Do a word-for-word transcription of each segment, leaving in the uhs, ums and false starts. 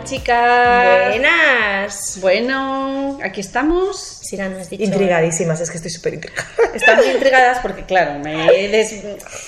chicas. Buenas. Bueno, aquí estamos. Si no, no has dicho. Intrigadísimas, es que estoy súper intrigada. Están muy intrigadas porque, claro, me he des...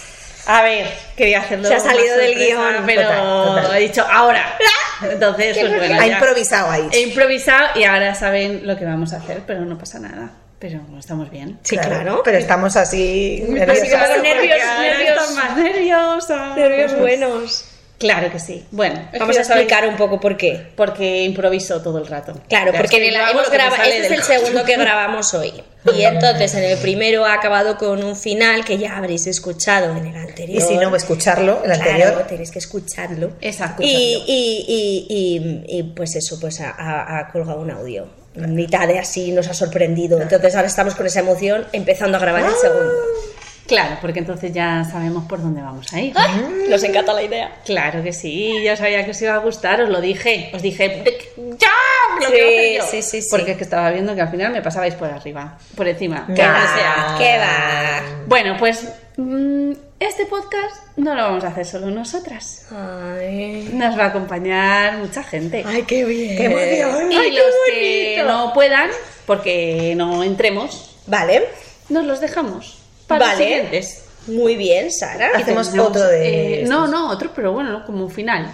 A ver, quería hacerlo. Se ha salido del sorpresa, guión, pero total, total. he dicho ahora. Entonces, pues bueno, Ha ya. improvisado ahí. He improvisado y ahora saben lo que vamos a hacer, pero no pasa nada. Pero estamos bien. Sí, claro. Pero estamos así Así nerviosas. que con nervios, Porque ahora nervios, están más nerviosa. Nervios buenos. Claro que sí. Bueno, es Vamos que a ya sabéis, explicar un poco por qué. porque improviso todo el rato. Claro, Ya, porque es que en el- yo hago hemos lo que me grabado. sale Este es del el segundo que grabamos hoy. Y entonces en el primero ha acabado con un final que ya habréis escuchado en el anterior. Y si no, escucharlo, el Claro, anterior. tenéis que escucharlo. Exacto. Y, y, y, y, y, pues eso, pues ha, ha- ha colgado un audio. En mitad de así nos ha sorprendido. Entonces ahora estamos con esa emoción empezando a grabar el segundo. Claro, porque entonces ya sabemos por dónde vamos a ir. Nos encanta la idea. Claro que sí, ya sabía que os iba a gustar, os lo dije. Os dije, ¡ya! Lo Sí, quiero hacer yo. sí, sí, sí. Porque es que estaba viendo que al final me pasabais por arriba, por encima. ¿Qué Como va? sea. ¿Qué va? Bueno, pues mm, este podcast no lo vamos a hacer solo nosotras. Ay, Nos va a acompañar mucha gente. ay qué bien. ¡Qué emoción! Y Ay, qué los que bonito. no puedan, porque no entremos, Vale, nos los dejamos para los vale. siguientes. Muy bien, Sara. Y Hacemos tenemos, otro de eh, no, no, otro, pero bueno, como final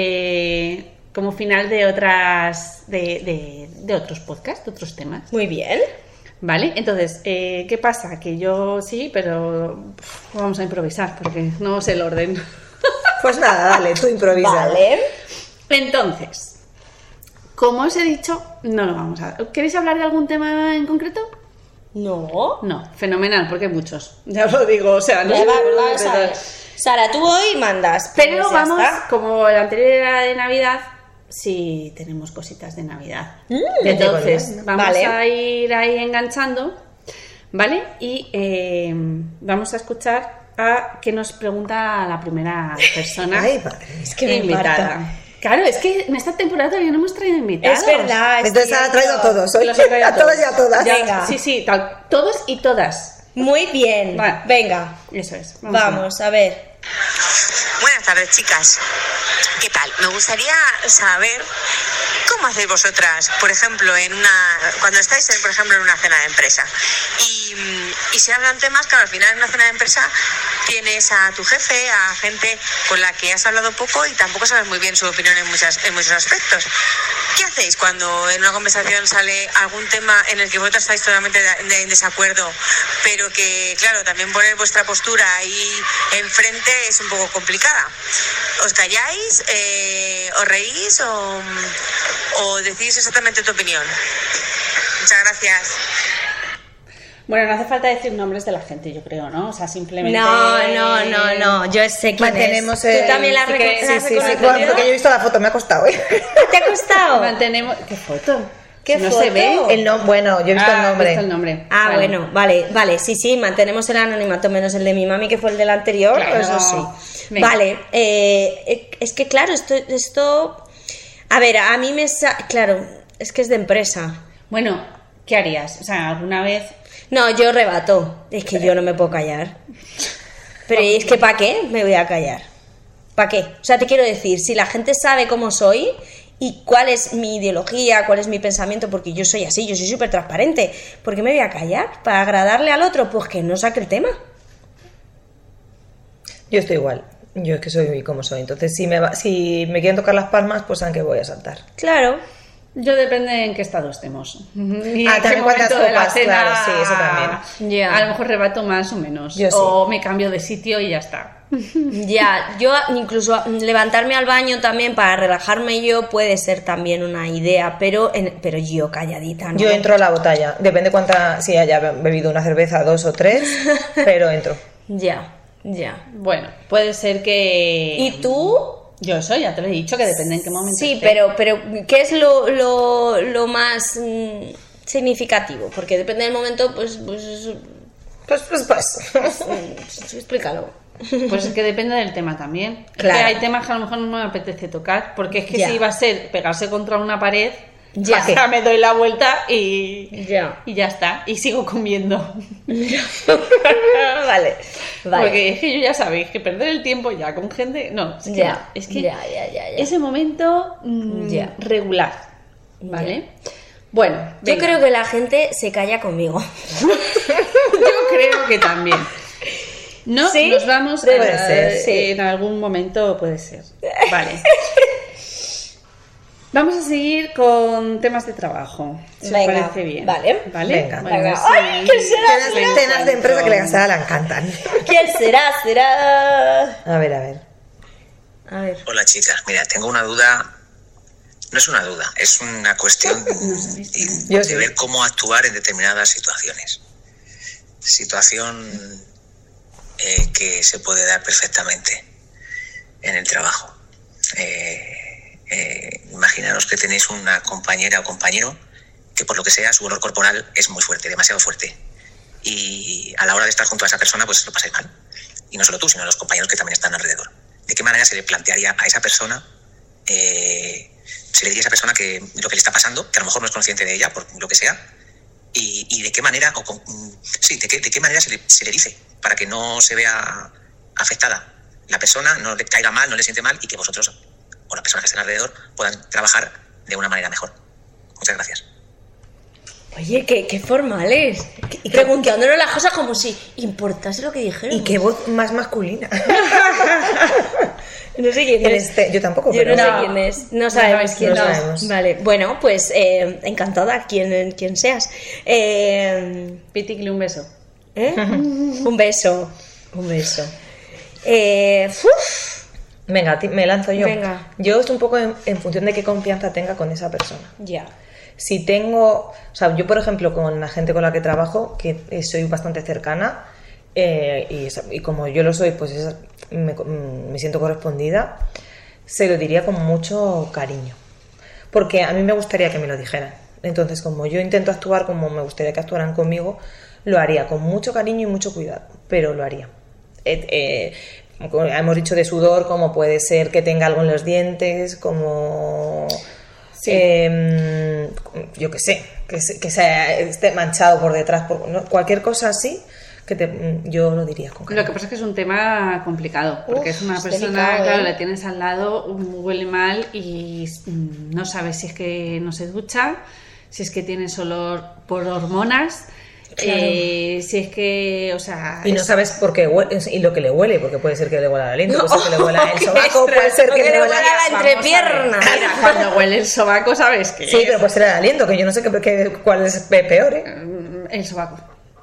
de como final de otras de, de, de otros podcasts, de otros temas, Muy bien. ¿vale? Entonces, eh, ¿qué pasa? Que yo sí, pero pff, vamos a improvisar porque no sé el orden. Pues nada, dale, tú improvisa. Vale. Entonces, como os he dicho, no lo vamos a. ¿Queréis hablar de algún tema en concreto? No. No, fenomenal, porque hay muchos. Ya os lo digo, o sea, no Ya sé va, por va, dónde Sara. empezar. Sara, tú hoy mandas. Pero Pues ya vamos, está. como el anterior era de Navidad, sí tenemos cositas de Navidad. Mm, Entonces, qué bueno. vamos Vale. a ir ahí enganchando, ¿vale? Y eh, vamos a escuchar a qué nos pregunta la primera persona Ay, madre. Es que me invitada. infarta. Claro, es que en esta temporada todavía no hemos traído invitados. Es verdad. es Entonces ha cierto. traído a todos hoy. Los he traído A todos y a todas. Ya, Venga. Sí, sí, tal, todos y todas. Muy bien. Vale. Venga. Eso es. Vamos, a ver. Buenas tardes, chicas. ¿Qué tal? Me gustaría saber cómo hacéis vosotras, por ejemplo, en una cuando estáis, en, por ejemplo, en una cena de empresa y, y se hablan temas, claro, al final en una cena de empresa tienes a tu jefe, a gente con la que has hablado poco y tampoco sabes muy bien su opinión en, muchas, en muchos aspectos. ¿Qué hacéis cuando en una conversación sale algún tema en el que vosotros estáis totalmente de, de, en desacuerdo, pero que, claro, también poner vuestra postura ahí enfrente es un poco complicada? ¿Os calláis, eh, os reís o, o decís exactamente tu opinión? Muchas gracias. Bueno, no hace falta decir nombres de la gente, yo creo, ¿no? O sea, simplemente... No, no, no, no. Yo sé quién Mantenemos es. el- ¿Tú también la, sí reco- que- la sí, has sí, sí, reconocido? Bueno, porque yo he visto la foto, me ha costado, ¿eh? ¿Te ha costado? Mantenemos... ¿Qué foto? ¿Qué Si no foto? se ve. El no, bueno, yo he visto Ah, el he nombre. visto el nombre. Ah, Vale. bueno, vale, vale, sí, sí, mantenemos el anonimato menos el de mi mami, que fue el del anterior, Claro. eso sí. Venga. Vale, eh, es que claro, esto, esto, a ver, a mí me, sa- claro, es que es de empresa. Bueno, ¿qué harías? O sea, ¿alguna vez...? No, yo rebato, es que yo no me puedo callar. Pero es que ¿para qué me voy a callar? ¿Para qué? O sea, te quiero decir, si la gente sabe cómo soy y cuál es mi ideología, cuál es mi pensamiento, porque yo soy así, yo soy súper transparente, ¿por qué me voy a callar? ¿Para agradarle al otro? Pues que no saque el tema. Yo estoy igual. Yo es que soy como soy. Entonces, si me, va, si me quieren tocar las palmas, pues saben que voy a saltar. Claro. Yo depende en qué estado estemos. Y Ah, en qué también cuántas momento de la copas, cena, claro, sí, eso también. Ya. A lo mejor rebato más o menos. Yo sí. O me cambio de sitio y ya está. Ya, yo incluso levantarme al baño también para relajarme yo puede ser también una idea, pero en- pero yo calladita, ¿no? Yo entro a la botella. Depende cuánta, si haya bebido una cerveza, dos o tres, pero entro. Ya, ya. Bueno, puede ser que... ¿Y tú? Yo eso ya te lo he dicho, que depende en qué momento Sí, esté. pero, pero ¿qué es lo, lo, lo más mm, significativo? Porque depende del momento, pues, pues, Pues, pues, pues. pues explícalo. Pues es que depende del tema también. Es Claro. que hay temas que a lo mejor no me apetece tocar, porque es que Ya. si va a ser pegarse contra una pared, Ya. O sea, me doy la vuelta y Ya. y ya está. Y sigo comiendo. Vale, vale. Porque es que yo ya sabéis que perder el tiempo ya con gente... No, es que, Ya, no, es que ya, ya, ya, ya. ese momento mm, Ya. regular, ¿vale? Bueno, Yo venga. creo que la gente se calla conmigo. Yo creo que también. No, ¿Sí? nos vamos a, Puede ser, sí. en algún momento puede ser. Vale. Vamos a seguir con temas de trabajo. Si Venga, os parece bien. vale. ¿Vale? Venga. Bueno, Venga. sí. Ay, ¿qué será? Cenas, cenas de empresa que a Sara le encantan. ¿Quién será? ¿Será? A ver, a ver. A ver. Hola chicas, mira, tengo una duda, no es una duda, es una cuestión de, Yo de sí. ver cómo actuar en determinadas situaciones. Situación eh, que se puede dar perfectamente en el trabajo. Eh, eh, imaginaros que tenéis una compañera o compañero que por lo que sea su olor corporal es muy fuerte, demasiado fuerte. Y a la hora de estar junto a esa persona pues lo pasáis mal. Y no solo tú, sino los compañeros que también están alrededor. ¿De qué manera se le plantearía a esa persona, eh, se le diría a esa persona que lo que le está pasando, que a lo mejor no es consciente de ella, por lo que sea, y, y de qué manera, o con, sí, de qué, de qué manera se le, se le dice para que no se vea afectada la persona, no le caiga mal, no le siente mal y que vosotros o las personas que estén alrededor puedan trabajar de una manera mejor? Muchas gracias. Oye, qué, qué formales. Y preguntándonos las cosas como si importase lo que dijeron. Y qué voz más masculina. No sé quién En es. este- yo tampoco, Yo pero no sé No. quién es. No sabemos No, quién no es. sabemos. Vale, bueno, pues eh, encantada, quien, quien seas. Eh, Piticli, un beso. ¿eh? Un beso. Un beso. Eh, uf, Venga, ti- me lanzo yo. Venga. Yo es un poco en, en función de qué confianza tenga con esa persona. ya. Si tengo, o sea, yo por ejemplo con la gente con la que trabajo, que eh, soy bastante cercana, eh, y, esa- y como yo lo soy, pues esa- me, me siento correspondida, se lo diría con mucho cariño. Porque a mí me gustaría que me lo dijeran. Entonces, como yo intento actuar como me gustaría que actuaran conmigo, lo haría con mucho cariño y mucho cuidado, pero lo haría. Eh, eh, como hemos dicho de sudor, como puede ser que tenga algo en los dientes, como... Sí. Eh, yo qué sé, que, se, que se esté manchado por detrás, por, ¿no? Cualquier cosa así, que te, yo lo diría con Lo cariño. que pasa es que es un tema complicado, porque Uf, es una es persona, delicado, claro, ¿eh? la tienes al lado, um, huele mal y mm, no sabes si es que no se ducha, si es que tienes olor por hormonas, eh, si es que, o sea... Y no es- sabes por qué huele, y lo que le huele, porque puede ser que le huela el aliento, puede ser que le huela el qué sobaco, puede ser que que le le huela... huela la Vamos a ver. entrepierna. Mira, cuando huele el sobaco, ¿sabes qué? Sí, pero puede ser el aliento, que yo no sé qué, qué- cuál es pe- peor, ¿eh? Mm, El sobaco.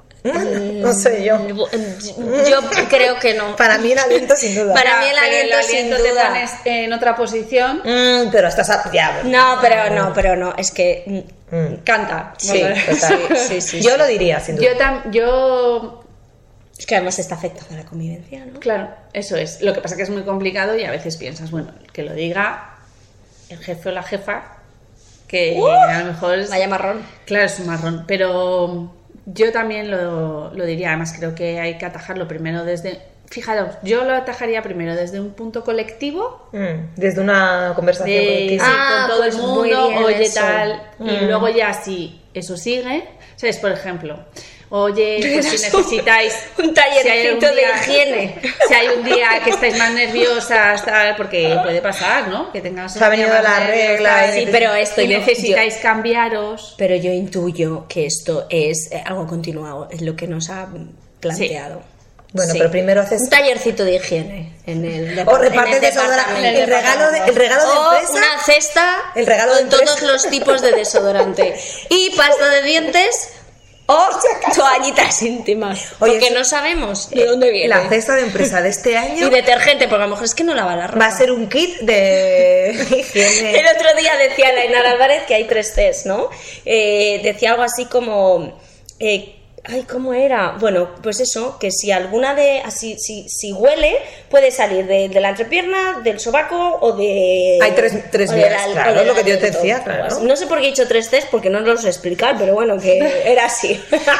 No sé yo. Yo creo que no. Para mí el aliento sin duda. Para mí el Pero aliento, sin te duda. pones en otra posición, Mm, pero estás a... ya, No, pero no, pero no. Es que. Mm, canta. Sí, Bueno, total. sí, sí, Yo sí. lo diría, sin duda. Yo, tam- yo Es que además está afectando la convivencia, ¿no? Claro, eso es. Lo que pasa es que es muy complicado y a veces piensas, bueno, que lo diga el jefe o la jefa, que a lo mejor es... Vaya marrón. Claro, es un marrón, pero yo también lo, lo diría, además creo que hay que atajarlo primero desde... Fijaros, yo lo atajaría primero desde un punto colectivo, Mm, desde una conversación de, colectiva. sí, Ah, con todo pues el muy mundo, bien oye eso. tal, y Mm. luego ya si eso sigue, ¿sabes? Por ejemplo, oye, pues si Das un- necesitáis... un si hay algún tallercito de día- higiene. Si hay un día que estáis más nerviosas, tal, porque puede pasar, ¿no? Que tengas Se ha un día venido más la nerviosa, regla y sí, neces- pero esto y yo- necesitáis cambiaros. Pero yo intuyo que esto es eh, algo continuado, es lo que nos ha planteado. Bueno, Sí. pero primero haces... Un tallercito de higiene en el O depart- repartes en el desodorante. departamento. El regalo de, el regalo de O empresa... una cesta El regalo de con todos empresa. los tipos de desodorante. Y pasta de dientes o toallitas íntimas. Oye, porque eso- no sabemos de dónde viene. La cesta de empresa de este año Y detergente, porque a lo mejor es que no lava la ropa. va a ser un kit de higiene. El otro día decía Lainara Álvarez que hay tres Cs, ¿no? Eh, decía algo así como... eh, ay, ¿cómo era? Bueno, pues eso, que si alguna de... Así, si, si huele, puede salir de, de la entrepierna, del sobaco o de... Hay tres- tres o del vías, al- claro, o del lo que yo te aliento, decía, algo claro. así. No sé por qué he dicho tres Cs, porque no os lo sé explicar, pero bueno, que era así.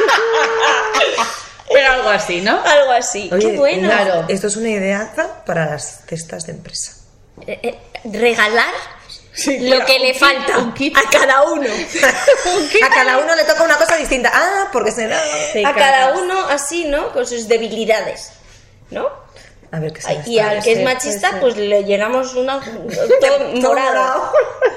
Pero algo así, ¿no? Algo así. Oye, ¡Qué bueno! una- Claro. Esto es una ideaza para las cestas de empresa. Eh, eh, regalar Sí, lo tía, que un le kit, falta un kit. a cada uno. A cada uno le toca una cosa distinta. Ah, porque será. Te A cada cagas. uno así, ¿no? Con sus debilidades, ¿no? A ver qué será. Y al que es ser, machista, puede ser. pues le llenamos una todo morado.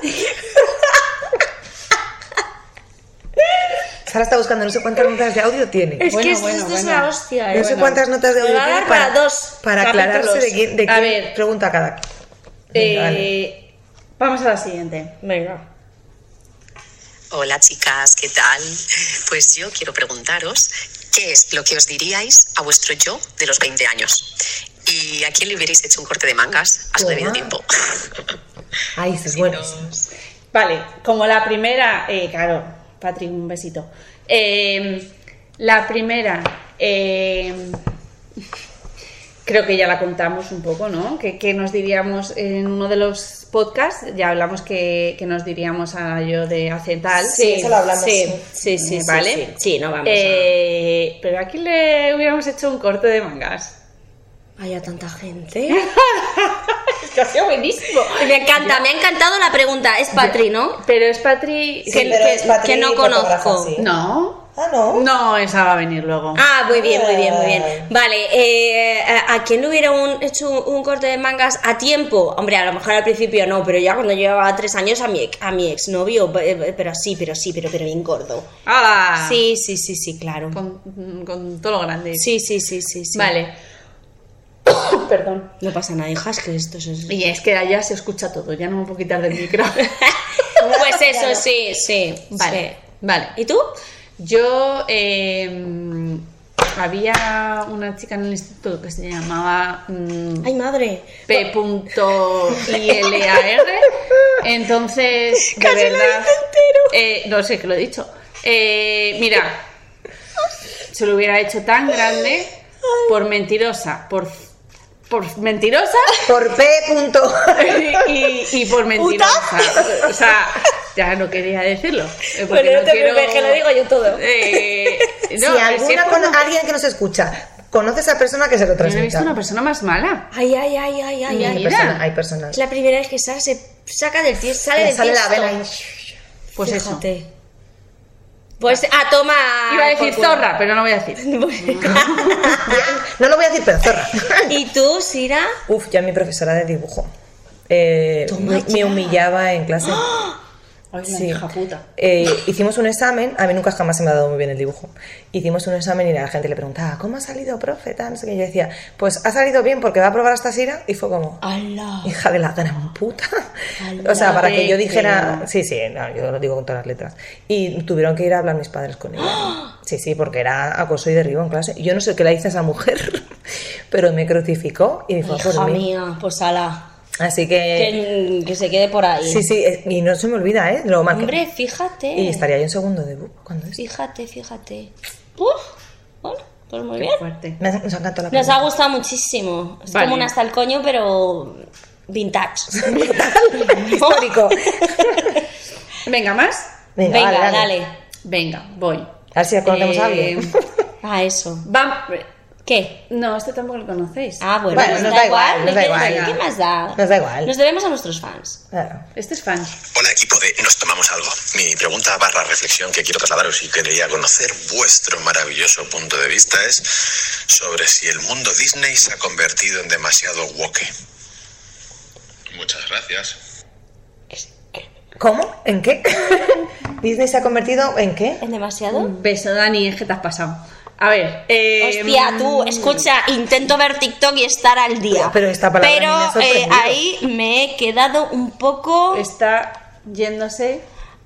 Sara está buscando no sé cuántas notas de audio tiene. Es Bueno, que esto, bueno, esto es bueno. la hostia, ¿eh? No sé bueno. cuántas notas de Me audio va a tiene dar para dos para aclararse capítulos. de quién, de A quién ver. pregunta cada. Venga, vale. Eh, vamos a la siguiente. Venga. Hola chicas, ¿qué tal? Pues yo quiero preguntaros qué es lo que os diríais a vuestro yo de los veinte años y a quién le hubierais hecho un corte de mangas a su debido Toma. tiempo. Ay, eso es bueno. Vale, como la primera, eh, claro, Patrick, un besito. Eh, la primera, eh, creo que ya la contamos un poco, ¿no? Que, que nos diríamos en uno de los podcasts, ya hablamos que, que nos diríamos a yo de hace tal. Sí, eso lo hablamos, Sí, sí. sí, sí, Eh, sí, ¿vale? sí. Sí, no vamos Eh, pero aquí le hubiéramos hecho un corte de mangas. a... Hay a tanta gente. Es que ha sido buenísimo. Me encanta, me ha encantado la pregunta. Es Patri, ¿no? Pero es Patri... Sí, que- pero que- es Patri que no fotógrafa, conozco. sí. No. Ah, no. No, esa va a venir luego. Ah, muy bien, muy bien, muy bien. Ah. Vale, eh, ¿a a quién le hubiera un- hecho un, un corte de mangas a tiempo? Hombre, a lo mejor al principio no, pero ya cuando llevaba tres años a mi, ex- a mi exnovio, eh, pero sí, pero sí, pero, pero bien gordo. ¡Hala! Sí, sí, sí, sí, claro. Con, con todo lo grande. Sí, sí, sí, sí, sí. Vale. Perdón. No pasa nada, hijas, que esto es... Y es que allá se escucha todo, ya no me puedo quitar del micro. Pues eso, sí, sí. Vale, sí. vale. ¿Y tú? Yo eh, había una chica en el instituto que se llamaba mm, Ay, madre. P I L A R. Entonces, de verdad. eh, no sé que lo he dicho. Eh, mira, se lo hubiera hecho tan grande por mentirosa, por, por mentirosa Por P. Punto. y, y por mentirosa. O sea, ya no quería decirlo. eh, porque Bueno, no te quiero- preocupes, que lo digo yo todo. Eh, no, si es que alguna es con- como- alguien que nos escucha conoce a esa persona, que se lo Yo no he visto transmita. una persona más mala. Ay, ay, ay, ay, ay, Mira. ay. Hay personas, hay personas. Es la primera vez que Sara se saca del pie, sale Le del sale la tiesto. vena ahí. Pues eso. Fíjate. Pues, ah, toma. Iba a decir por culo. zorra, pero no voy a decir. No lo voy a decir, pero zorra. ¿Y tú, Sira? Uf, ya mi profesora de dibujo. Eh, Toma me, ya. me humillaba en clase. Ay, la Sí. hija puta. Eh, hicimos un examen, a mí nunca jamás se me ha dado muy bien el dibujo. Hicimos un examen y la gente le preguntaba, ¿cómo ha salido, profe? Tal, no sé qué. Y yo decía, pues ha salido bien porque va a probar esta Sira. Y fue como, ¡Hala! hija de la gran puta. Ala, O sea, para que yo te dijera, creo. sí, sí, no, yo lo digo con todas las letras. Y tuvieron que ir a hablar mis padres con ella. Sí, sí, porque era acoso y derribo en clase. Y yo no sé qué le hice a esa mujer, pero me crucificó y fue por Hija mí. mía, pues ala. Así que, Que, que se quede por ahí. sí, sí, eh, y no se me olvida, ¿eh? Lo marqué. Hombre, fíjate. Y estaría yo en segundo debut. ¿Cuándo es? Fíjate, fíjate. Uf, bueno, pues muy bien. Fuerte. Me ha- Nos ha encantado la Nos ha pregunta. gustado muchísimo. Es Vale. como un hasta el coño, pero vintage. Histórico. Venga, ¿más? Venga, Venga, vale, dale. dale. Venga, voy. A ver si conocemos a alguien. Eh, Ah, eso. va- ¿Qué? No, este tampoco lo conocéis. Ah, bueno, Bueno, pues nos da da igual. igual, nos da ¿qué- igual. ¿Qué más da? Nos da igual. Nos debemos a nuestros fans. Claro. Este es fan. Hola equipo de Nos Tomamos Algo. Mi pregunta barra reflexión que quiero trasladaros y quería conocer vuestro maravilloso punto de vista es sobre si el mundo Disney se ha convertido en demasiado woke. Muchas gracias. ¿Cómo? ¿En qué? ¿Disney se ha convertido en qué? ¿Es demasiado? Un beso, Dani, es que te has pasado. A ver, eh, Hostia, tú, escucha, intento ver TikTok y estar al día. Pero esta palabra Pero, a mí me ha eh, sorprendido. ahí me he quedado un poco... está yéndose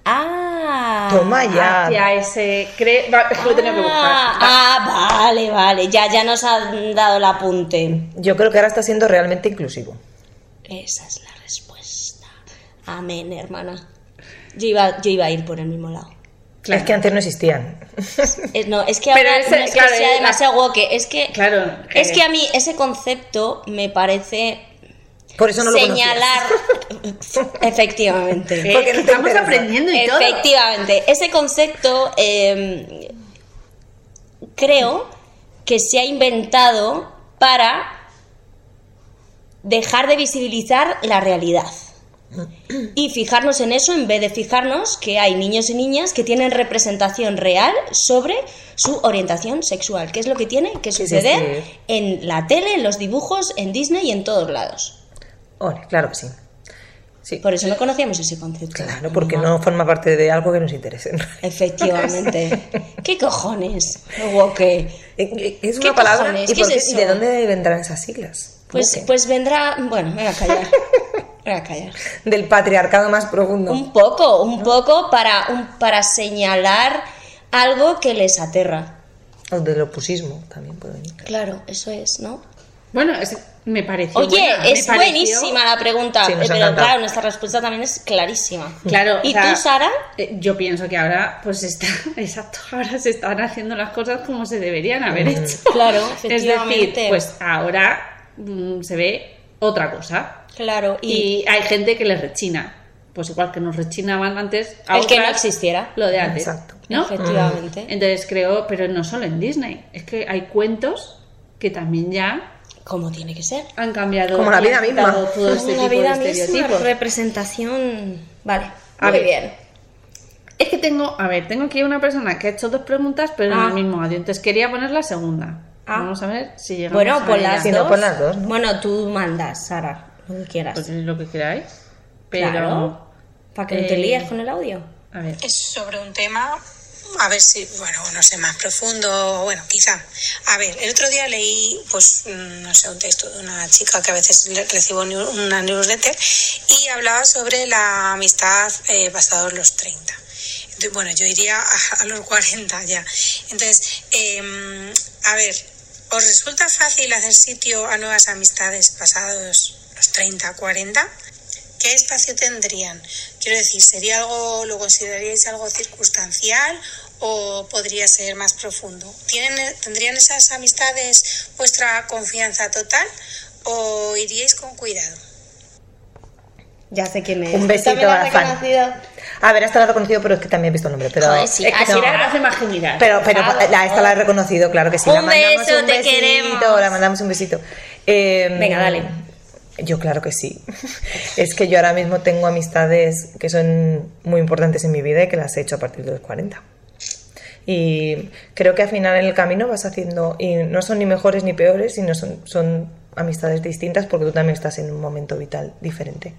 Ah. Toma ya. hacia ese... Cre... va, es que lo tenía que buscar. Ah, ah, vale, vale. Ya, ya nos han dado el apunte. Yo creo que ahora está siendo realmente inclusivo. Esa es la respuesta. Amén, hermana. Yo iba, yo iba a ir por el mismo lado. Claro. Es que antes no existían. Eh, no, es que Pero ahora ese- no es claro, que sea eh, demasiado woke, es que... Claro, Es eh. que a mí ese concepto me parece Por eso no lo señalar... Efectivamente. Eh, porque no que te estamos interesa. aprendiendo y todo. Efectivamente, ese concepto eh, creo que se ha inventado para dejar de visibilizar la realidad. Y fijarnos en eso en vez de fijarnos que hay niños y niñas que tienen representación real sobre su orientación sexual, que es lo que tiene que suceder sí, sí. en la tele, en los dibujos, en Disney y en todos lados. Ole, claro que sí. Sí. Por eso no conocíamos ese concepto. Claro, porque no forma parte de algo que nos interese. Efectivamente. ¿Qué cojones? ¿O qué? Es una ¿Qué palabra. cojones? ¿Y, ¿Qué por es qué- eso? ¿Y de dónde vendrán esas siglas? Pues, ¿Cómo que? pues vendrá... Bueno, me voy a callar. Me voy a callar. Del patriarcado más profundo. Un poco, un poco para, un, para señalar algo que les aterra. O del opusismo también puede venir. Claro, eso es, ¿no? Bueno, es- me pareció Oye, buena, me es pareció- buenísima la pregunta, Sí, nos eh, ha pero encantado. claro, nuestra respuesta también es clarísima. Claro, ¿Y o sea, tú, Sara? eh, Yo pienso que ahora, pues está, exacto, ahora se están haciendo las cosas como se deberían haber hecho. Claro, Es efectivamente. decir, pues ahora mm, se ve otra cosa. Claro, y, Y hay gente que les rechina. Pues igual que nos rechinaban antes. a el que no otras, existiera. Lo de antes. Exacto. ¿No? Efectivamente. Entonces creo, pero no solo en Disney. Es que hay cuentos que también ya Como tiene que ser. han cambiado. Como la y han vida misma. quitado todo este Como la tipo vida de misma, estereotipos. representación... Vale, A muy ver. bien. Es que tengo, a ver, tengo aquí una persona que ha hecho dos preguntas, pero Ah. en el mismo audio. Entonces quería poner la segunda. Ah. Vamos a ver si llegamos Bueno, a pon ella. las Si dos. no, pon las dos, ¿no? Bueno, tú mandas, Sara, lo que quieras. Pues lo que queráis. Pero, Claro. Para que no te eh, líes con el audio. a ver. Es sobre un tema, a ver si, bueno, no sé, más profundo, bueno, quizá. A ver, el otro día leí, pues, mm, no sé, un texto de una chica que a veces le- recibo new- una newsletter y hablaba sobre la amistad eh, pasados los treinta. Entonces, bueno, yo iría a, a los cuarenta ya. Entonces, eh, a ver, ¿os resulta fácil hacer sitio a nuevas amistades pasados los treinta, cuarenta? ¿Qué espacio tendrían? Quiero decir, ¿sería algo, lo consideraríais algo circunstancial o podría ser más profundo? ¿Tienen, ¿Tendrían esas amistades vuestra confianza total o iríais con cuidado? Ya sé quién es. Un besito ¿También la a has Fan. reconocido? A ver, esta la he reconocido, pero es que también he visto el nombre. Pero, Joder, sí, Es que así no, era. hace más que mirar. pero, pero Claro. la, esta la he reconocido, claro que sí. Un la mandamos beso, un te besito, queremos. la mandamos un besito. Eh, Venga, dale. Yo claro que sí. Es que yo ahora mismo tengo amistades que son muy importantes en mi vida y que las he hecho a partir de los cuarenta. Y creo que al final en el camino vas haciendo, y no son ni mejores ni peores, sino son, son amistades distintas porque tú también estás en un momento vital diferente.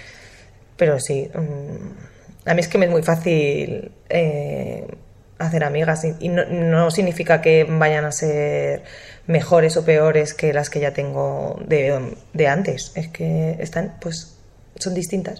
Pero sí, mm, a mí es que me es muy fácil eh, hacer amigas y, y no, no significa que vayan a ser mejores o peores que las que ya tengo de, de antes. Es que están, pues, son distintas.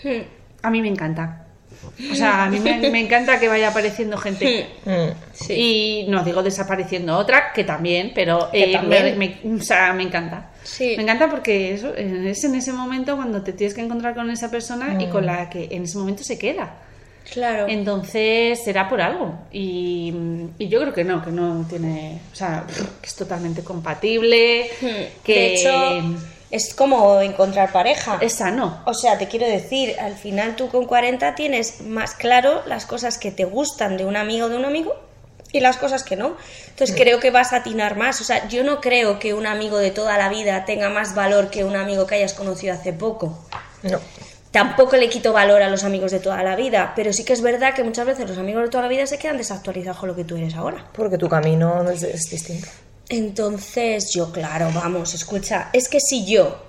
A mí me encanta. O sea, a mí me, me encanta que vaya apareciendo gente. Mm. Y no digo desapareciendo otra, que también, pero Que eh, también. Me, me- o sea, me encanta. Sí. Me encanta porque eso, es en ese momento cuando te tienes que encontrar con esa persona y con la que en ese momento se queda. Claro. Entonces será por algo. Y, y yo creo que no, que no tiene. O sea, que es totalmente compatible. Que De hecho, es como encontrar pareja. es sano. O sea, te quiero decir, al final tú con cuarenta tienes más claro las cosas que te gustan de un amigo de un amigo y las cosas que no. Entonces creo que vas a atinar más. O sea, yo no creo que un amigo de toda la vida tenga más valor que un amigo que hayas conocido hace poco. No. Tampoco le quito valor a los amigos de toda la vida, pero sí que es verdad que muchas veces los amigos de toda la vida se quedan desactualizados con lo que tú eres ahora. Porque tu camino es, es distinto. Entonces, yo, claro, vamos, escucha, es que si yo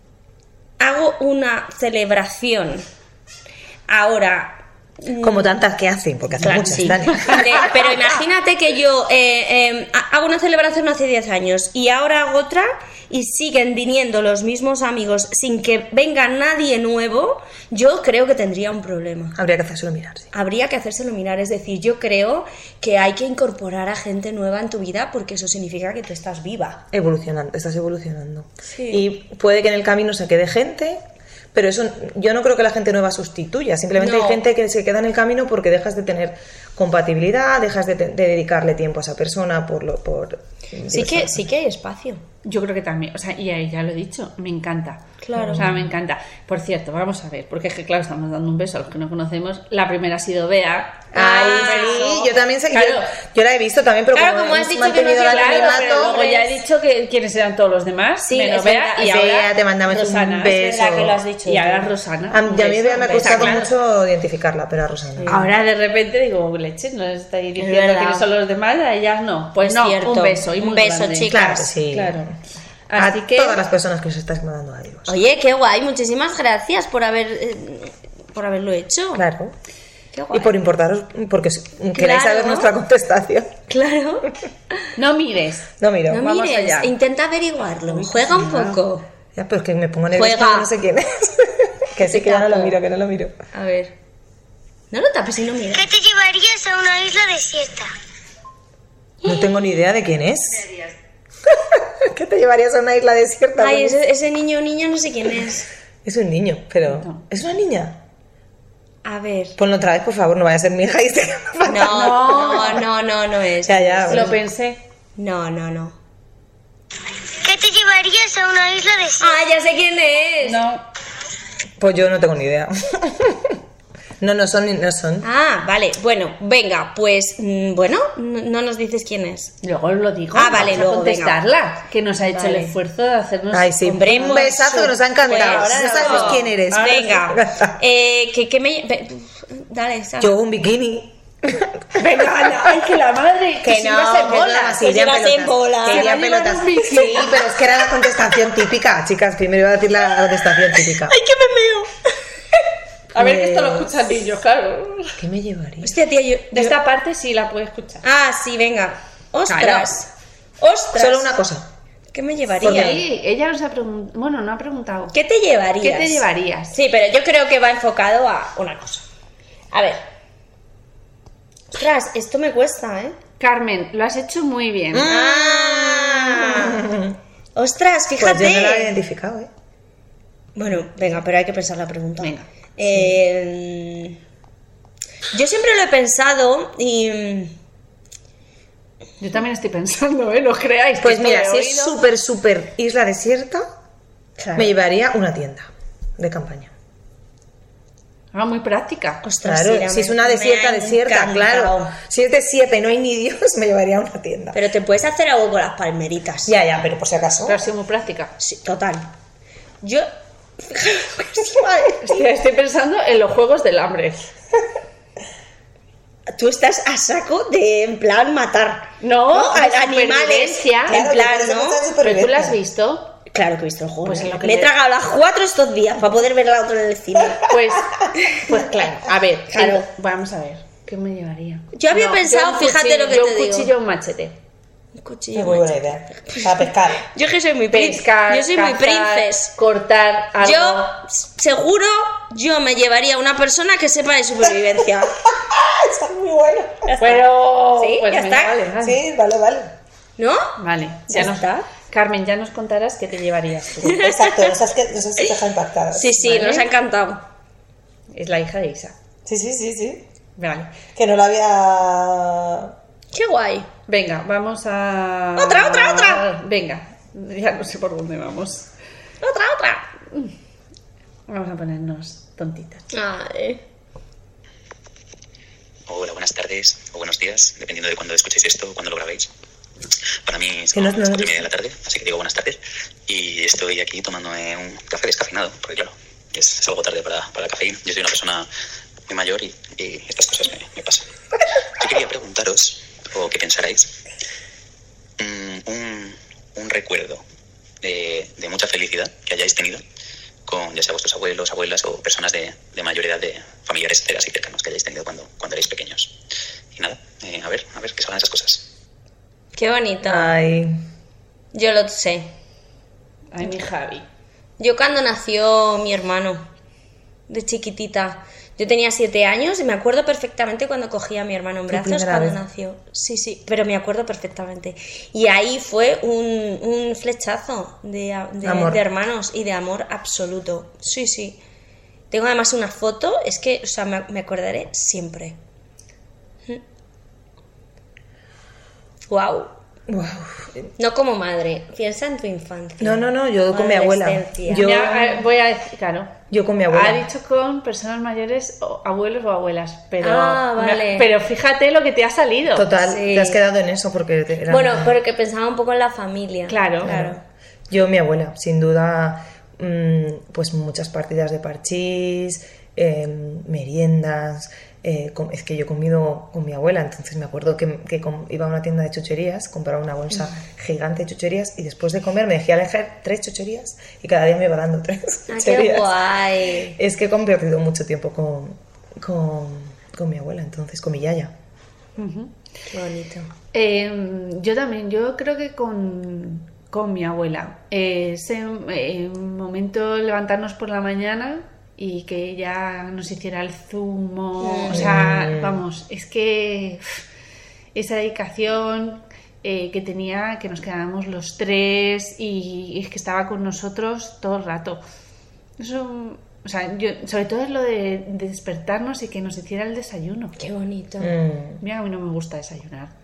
hago una celebración ahora... Como tantas que hacen, porque hacen Claro, muchas, sí. Dani. De- pero imagínate que yo eh, eh, ha- hago una celebración hace diez años y ahora hago otra y siguen viniendo los mismos amigos sin que venga nadie nuevo, yo creo que tendría un problema. Habría que hacérselo mirar, sí. Habría que hacérselo mirar, es decir, yo creo que hay que incorporar a gente nueva en tu vida porque eso significa que tú estás viva. Evolucionando, estás evolucionando. Sí. Y puede que en el camino se quede gente, pero eso yo no creo que la gente nueva sustituya. Simplemente No. hay gente que se queda en el camino porque dejas de tener compatibilidad, dejas de, te- de dedicarle tiempo a esa persona por lo por Sí que, sí que hay espacio. Yo creo que también, o sea, y ahí ya lo he dicho, me encanta. Claro. O sea, me encanta. Por cierto, vamos a ver, porque es que, claro, estamos dando un beso a los que no conocemos. La primera ha sido Bea. Ay, Un sí, beso. yo también sé, Claro. yo, yo la he visto también, pero Claro, como, como has hemos dicho que mantenido no el sé, claro, anonimato, Pero luego ya he dicho que quiénes eran todos los demás, Sí, menos es Bea, verdad. y ahora Bea, te mandamos Rosana. un beso. Es verdad que lo has dicho. Y tú. ahora Rosana. A, un y a mí beso, Bea me ha un beso. costado Claro. mucho identificarla, pero a Rosana. Ahora de repente digo, leche, no les estáis diciendo verdad. quiénes son los demás, a ellas no. Pues Es no, cierto. un beso. Y Un muy beso, grande. chicas. Claro que sí. Claro. Así A que. todas las personas que os estáis mandando adiós. Oye, qué guay, muchísimas gracias por haber eh, por haberlo hecho. Claro. Qué guay. Y por importaros, porque os- queréis saber nuestra contestación. Claro. No mires. No miro. No Vamos mires, allá. intenta averiguarlo. Juega un poco. Ya, pero es que me pongo nerviosa Juega. cuando no sé quién es. Que sí, que ya no lo Capo. miro, que no lo miro. A ver. No lo tapes y no mires. ¿Qué te llevarías a una isla desierta? No tengo ni idea de quién es. ¿Qué te llevarías a una isla desierta? Ay, Pues ese, ese niño o niña no sé quién es. Es un niño, pero... No. ¿Es una niña? A ver. Ponlo otra vez, por favor, no vaya a ser mi hija y esté... No, no, no, no, no es. Ya, ya. Lo pensé. No, no, no. ¿Qué te llevarías a una isla desierta? Ah, ya sé quién es. No. Pues yo no tengo ni idea. No, no son, ni- no son. Ah, vale. Bueno, venga, pues mm, bueno, no, no nos dices quién es. Luego os lo digo. Ah, vale, vamos a luego, contestarla. Que nos ha hecho Vale. el esfuerzo de hacernos. Ay, sí. Hombre, un pues, besazo que nos ha encantado. pues, No sabemos quién eres. Ahora Venga. Eh, que, que me. ve- Dale, Sara. Yo un bikini. Venga, Ana, ay, que la madre. Que si no, ibas en que bolas. no, sí, que iría ibas en bolas. Que Se iría va a en llevar pelotas. un bikini. Sí, pero es que era la contestación típica, chicas. Primero iba a decir la contestación típica. ¡Ay, que me meo! A ver, que esto lo Pues- escuchan niños, claro. ¿Qué me llevaría? Hostia, tía, yo. De yo- esta parte sí la puedo escuchar. Ah, sí, venga. Ostras. Ostras. Solo una cosa. ¿Qué me llevaría? Porque- Sí, ella nos ha preguntado. Bueno, no ha preguntado. ¿Qué te llevarías? ¿Qué te llevarías? Sí, pero yo creo que va enfocado a una cosa. A ver. Ostras, esto me cuesta, ¿eh? Carmen, lo has hecho muy bien. Ah. Ostras, fíjate. Pues yo no lo había identificado, ¿eh? Bueno, venga, pero hay que pensar la pregunta. Venga. Eh, yo siempre lo he pensado y... Yo también estoy pensando, ¿eh? No os creáis. que Pues esto mira, lo he si es oído. súper, súper isla desierta, Claro. me llevaría una tienda de campaña. Ah, muy práctica. Ostras, Claro, sí, si me- es una me desierta, ha desierta, encantado. claro. Si es desierta y no hay ni Dios, me llevaría a una tienda. Pero te puedes hacer algo con las palmeritas. Ya, ya, pero por si acaso. Pero ha sido muy práctica. Sí, total. Yo... Estoy, estoy pensando en los juegos del hambre. Tú estás a saco de, en plan, matar. No, ¿no? de A- animales. supervivencia. En Claro, plan, que por eso ¿no? me está Pero tú la has visto. Claro que he visto el juego. Pues es lo que me he le- tragado las cuatro estos días para poder ver la otra en el cine. Pues, pues claro. A ver, Claro. eh, vamos a ver. ¿Qué me llevaría? Yo había pensado, yo un fíjate cuchillo- lo que yo te un digo. cuchillo, un machete. Un cuchillo. Muy buena macho. idea. Para pescar. Yo que soy muy princes. Pescar, Yo soy muy cazar, princes. cortar algo. Yo, seguro, yo me llevaría a una persona que sepa de supervivencia. Está muy bueno. Pero... Sí, pues ya venga, está. Vale, vale. Sí, vale, vale. ¿No? Vale, ya, Ya nos, está. Carmen, ya nos contarás qué te llevarías tú. Exacto, esas que esas que te dejan impactadas. Sí, sí, Vale. nos ha encantado. Es la hija de Isa. Sí, sí, sí, sí. Vale. Que no la había... Qué guay. Venga, vamos a... Otra, otra, otra. Venga, ya no sé por dónde vamos. Otra, otra. Vamos a ponernos tontitas. Ay. Hola, buenas tardes o buenos días, dependiendo de cuándo escuchéis esto o cuándo lo grabéis. Para mí es Que no- como no- las cuatro y media de la tarde, así que digo buenas tardes. Y estoy aquí tomándome un café descafeinado, porque claro, es, es algo tarde para, para el café. Yo soy una persona muy mayor y, y estas cosas me, me pasan. Yo quería preguntaros, o que pensarais, mm, un, un recuerdo de, de mucha felicidad que hayáis tenido con ya sea vuestros abuelos, abuelas o personas de, de mayor edad, de familiares cercanos y cercanos que hayáis tenido cuando, cuando erais pequeños. Y nada, eh, a ver, a ver qué salgan esas cosas. Qué bonito. Ay. Yo lo sé. Ay, mi Javi. Yo cuando nació mi hermano, de chiquitita, yo tenía siete años y me acuerdo perfectamente cuando cogí a mi hermano en Tu brazos primera cuando vez. nació. Sí, sí, pero me acuerdo perfectamente. Y ahí fue un, un flechazo de, de- Amor. de hermanos y de amor absoluto. Sí, sí. Tengo además una foto, es que, o sea, me, me acordaré siempre. Wow. Wow. No como madre, piensa en tu infancia. No, no, no, yo con mi abuela. Adolescencia. Yo, Ya, eh, voy a decir, claro. yo con mi abuela. Ha dicho con personas mayores, o abuelos o abuelas, pero, Ah, vale. pero fíjate lo que te ha salido. Total, Sí. te has quedado en eso porque... te- era- Bueno, pero que pensaba un poco en la familia. Claro. Claro. Yo, mi abuela, sin duda, mm, pues muchas partidas de parchís, eh, meriendas... eh, com- es que yo he comido con mi abuela, entonces me acuerdo que, que com- iba a una tienda de chucherías, compraba una bolsa gigante de chucherías y después de comer me dejé alejar tres chucherías y cada día me iba dando tres Ah, qué chucherías. guay. Es que he compartido mucho tiempo con, con, con mi abuela, entonces, con mi yaya. Qué bonito. Eh, yo también, yo creo que con, con mi abuela. Eh, ese eh, momento de levantarnos por la mañana y que ella nos hiciera el zumo. O sea, vamos, es que uf, esa dedicación eh, que tenía, que nos quedábamos los tres y, y es que estaba con nosotros todo el rato. Eso, o sea, yo, sobre todo es lo de, de despertarnos y que nos hiciera el desayuno. Qué bonito. Mm. Mira, a mí no me gusta desayunar.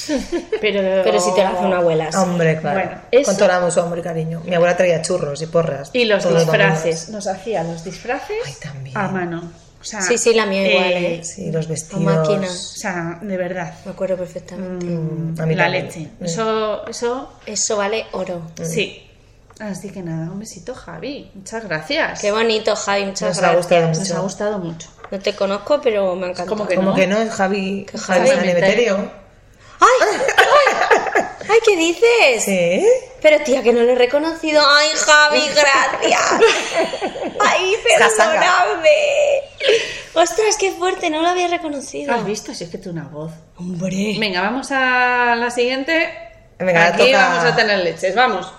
Pero, Pero si te lo hace una abuela. sí. Hombre, claro. Bueno, eso- Con todo el amor y cariño. Mi abuela traía churros y porras. Y los todos disfraces. domingos. Nos hacía los disfraces Ay, también. a mano. O sea, Sí, sí, la mía igual, ¿eh? Sí, los A vestidos. máquina. O sea, de verdad. Me acuerdo perfectamente. Mm, a mí la también. leche. Mm. Eso, eso, Eso vale oro. sí. Así que nada, un besito, Javi. Muchas gracias. Qué bonito, Javi. Muchas Nos ha gracias. gustado Nos mucho. ha gustado mucho. No te conozco, pero me ha encantado. ¿Cómo que Como no? que no es Javi, Que Javi Javi San Emeterio. ¡Ay! ¡Ay! ¡Ay, qué dices! Sí. Pero tía, que no lo he reconocido. ¡Ay, Javi, gracias! ¡Ay, Casanga. perdóname! ¡Ostras, qué fuerte! No lo había reconocido. ¿Has visto? Si es que tú una voz. ¡Hombre! Venga, vamos a la siguiente. Venga, Aquí toca- vamos a tener leches. Vamos.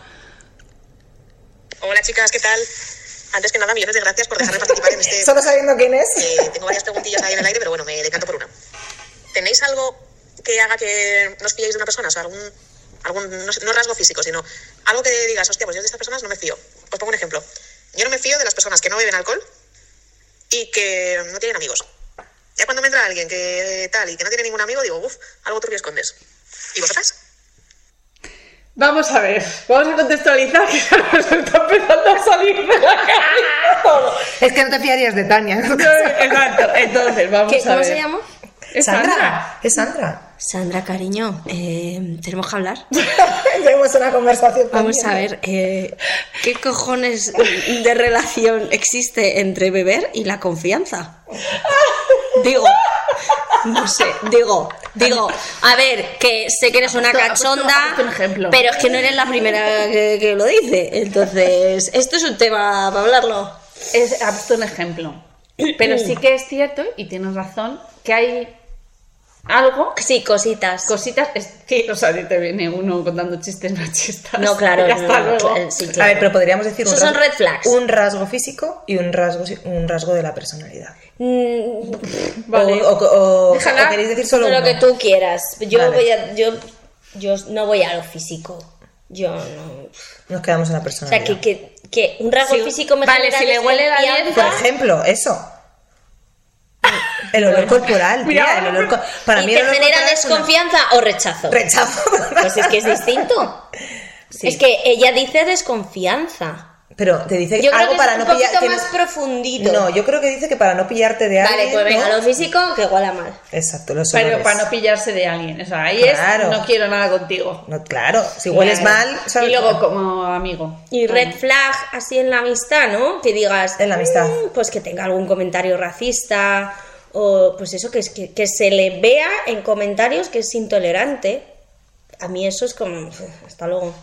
Hola chicas, ¿qué tal? Antes que nada, millones de gracias por dejarme participar en este... Solo sabiendo quién es. Eh, tengo varias preguntillas ahí en el aire, pero bueno, me decanto por una. ¿Tenéis algo que haga que no os fiéis de una persona? O sea, algún, algún no, sé, no rasgo físico, sino algo que digas, hostia, pues yo de estas personas no me fío. Os pongo un ejemplo. Yo no me fío de las personas que no beben alcohol y que no tienen amigos. Ya cuando me entra alguien que tal y que no tiene ningún amigo, digo, uff, algo turbio escondes. ¿Y vosotras? Vamos a ver. Vamos a contextualizar que nos está empezando a salir de la cabeza todo. Es que no te fiarías de Tania. Exacto. Entonces, vamos ¿Qué, a ¿Cómo ver. se llama? Es Sandra. Sandra. Es Sandra. Sandra, cariño, eh, tenemos que hablar. Tenemos una conversación. Vamos pendiente. a ver, eh, ¿qué cojones de relación existe entre beber y la confianza? Digo, no sé, digo, digo, a ver, que sé que eres una Ha puesto- ha puesto- cachonda, ha puesto un ejemplo. pero es que no eres la primera que, que lo dice. Entonces, esto es un tema para hablarlo. Es, ha puesto un ejemplo. Pero sí que es cierto, y tienes razón, que hay algo, Sí, cositas. cositas. Es que, o sea, te viene uno contando chistes machistas. No, claro, Y hasta no, luego. cl- sí, A claro. ver, pero podríamos decir Esos un son rasgo, red flags. un rasgo físico y un rasgo, un rasgo de la personalidad. Mm, Vale. O, o- o- Déjala. o queréis decir solo lo uno. que tú quieras. Yo Vale. voy a, yo, yo no voy a lo físico. Yo no. Nos quedamos en la O personalidad. sea, que, que, que un rasgo Sí. físico me Vale, genera si le huele el aliento. Por desconfianza. ejemplo, eso. El olor corporal, Mira, tía, el olor co- para ¿Y mí te el olor genera corporal es una- desconfianza o rechazo? rechazo. Pues es que es distinto. Sí. Es que ella dice desconfianza. Pero te dice Yo creo algo que para es un no pillar. poquito que más no- profundito. No, yo creo que dice que para no pillarte de alguien. Vale, pues venga, ¿no? lo físico que huela mal. Exacto, los Pero olores. para no pillarse de alguien. O sea, ahí Claro. es, no quiero nada contigo. No, claro, si hueles Claro. mal, ¿sabes? Y luego como amigo. Y red flag así en la amistad, ¿no? Que digas... En la amistad. "Mm", pues que tenga algún comentario racista o pues eso, que, es, que, que se le vea en comentarios que es intolerante. A mí eso es como... Hasta luego.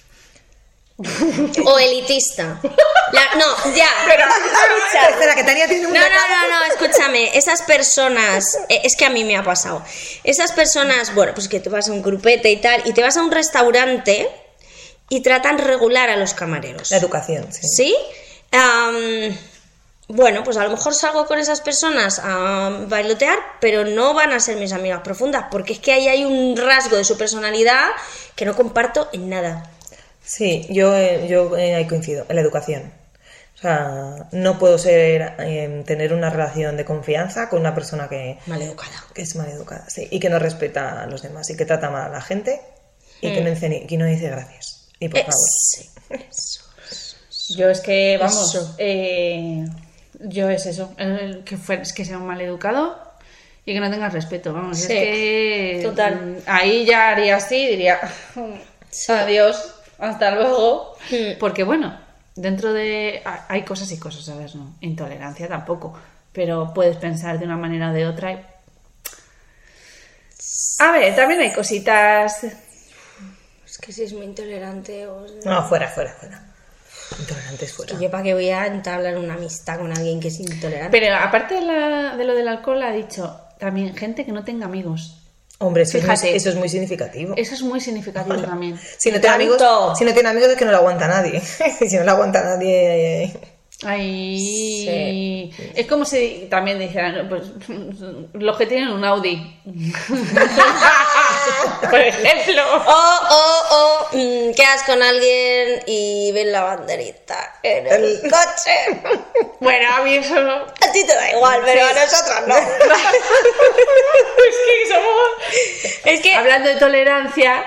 O elitista. La- no, ya. Escucha. Espera, que Tania tiene un No, no, recado. no, no, escúchame, esas personas, eh, es que a mí me ha pasado, esas personas, bueno, pues que te vas a un grupete y tal, y te vas a un restaurante y tratan regular a los camareros, La educación, sí. ¿sí? Am, bueno, pues a lo mejor salgo con esas personas a bailotear, pero no van a ser mis amigas profundas, porque es que ahí hay un rasgo de su personalidad que no comparto en nada. Sí, yo, eh, yo eh, ahí coincido, en la educación. O sea, no puedo ser eh, tener una relación de confianza con una persona que, Maleducada. que es maleducada, sí, y que no respeta a los demás y que trata mal a la gente. y que no dice, que no dice gracias. Y por favor. Sí, eso. Yo es que, vamos, Eso. eh, yo es eso, el que, fue, es que sea un mal educado y que no tengas respeto, vamos, Sí, es que total. mm, ahí ya haría así, diría adiós, hasta luego, Mm. porque bueno, dentro de... ha- hay cosas y cosas, ¿sabes? No, intolerancia tampoco, pero puedes pensar de una manera o de otra y... A ver, también hay cositas... Es que si es muy intolerante o... No, fuera, fuera, fuera. Intolerantes fuera. Que yo para qué voy a entablar una amistad con alguien que es intolerante. Pero aparte de, la- de lo del alcohol, ha dicho también gente que no tenga amigos. Hombre, eso, es muy, Fíjate. eso es muy significativo. Eso es muy significativo también. Si no tiene amigos, Tanto. si no tiene amigos es que no lo aguanta nadie. Si no lo aguanta nadie... eh, Ay, es como si también dijeran, pues, los que tienen un Audi. Por ejemplo. O, o, o mm, quedas con alguien y ves la banderita en el, El- coche. Bueno, a mí eso no. A ti te da igual, pero a nosotros no. Es que somos. Es que, Hablando de tolerancia,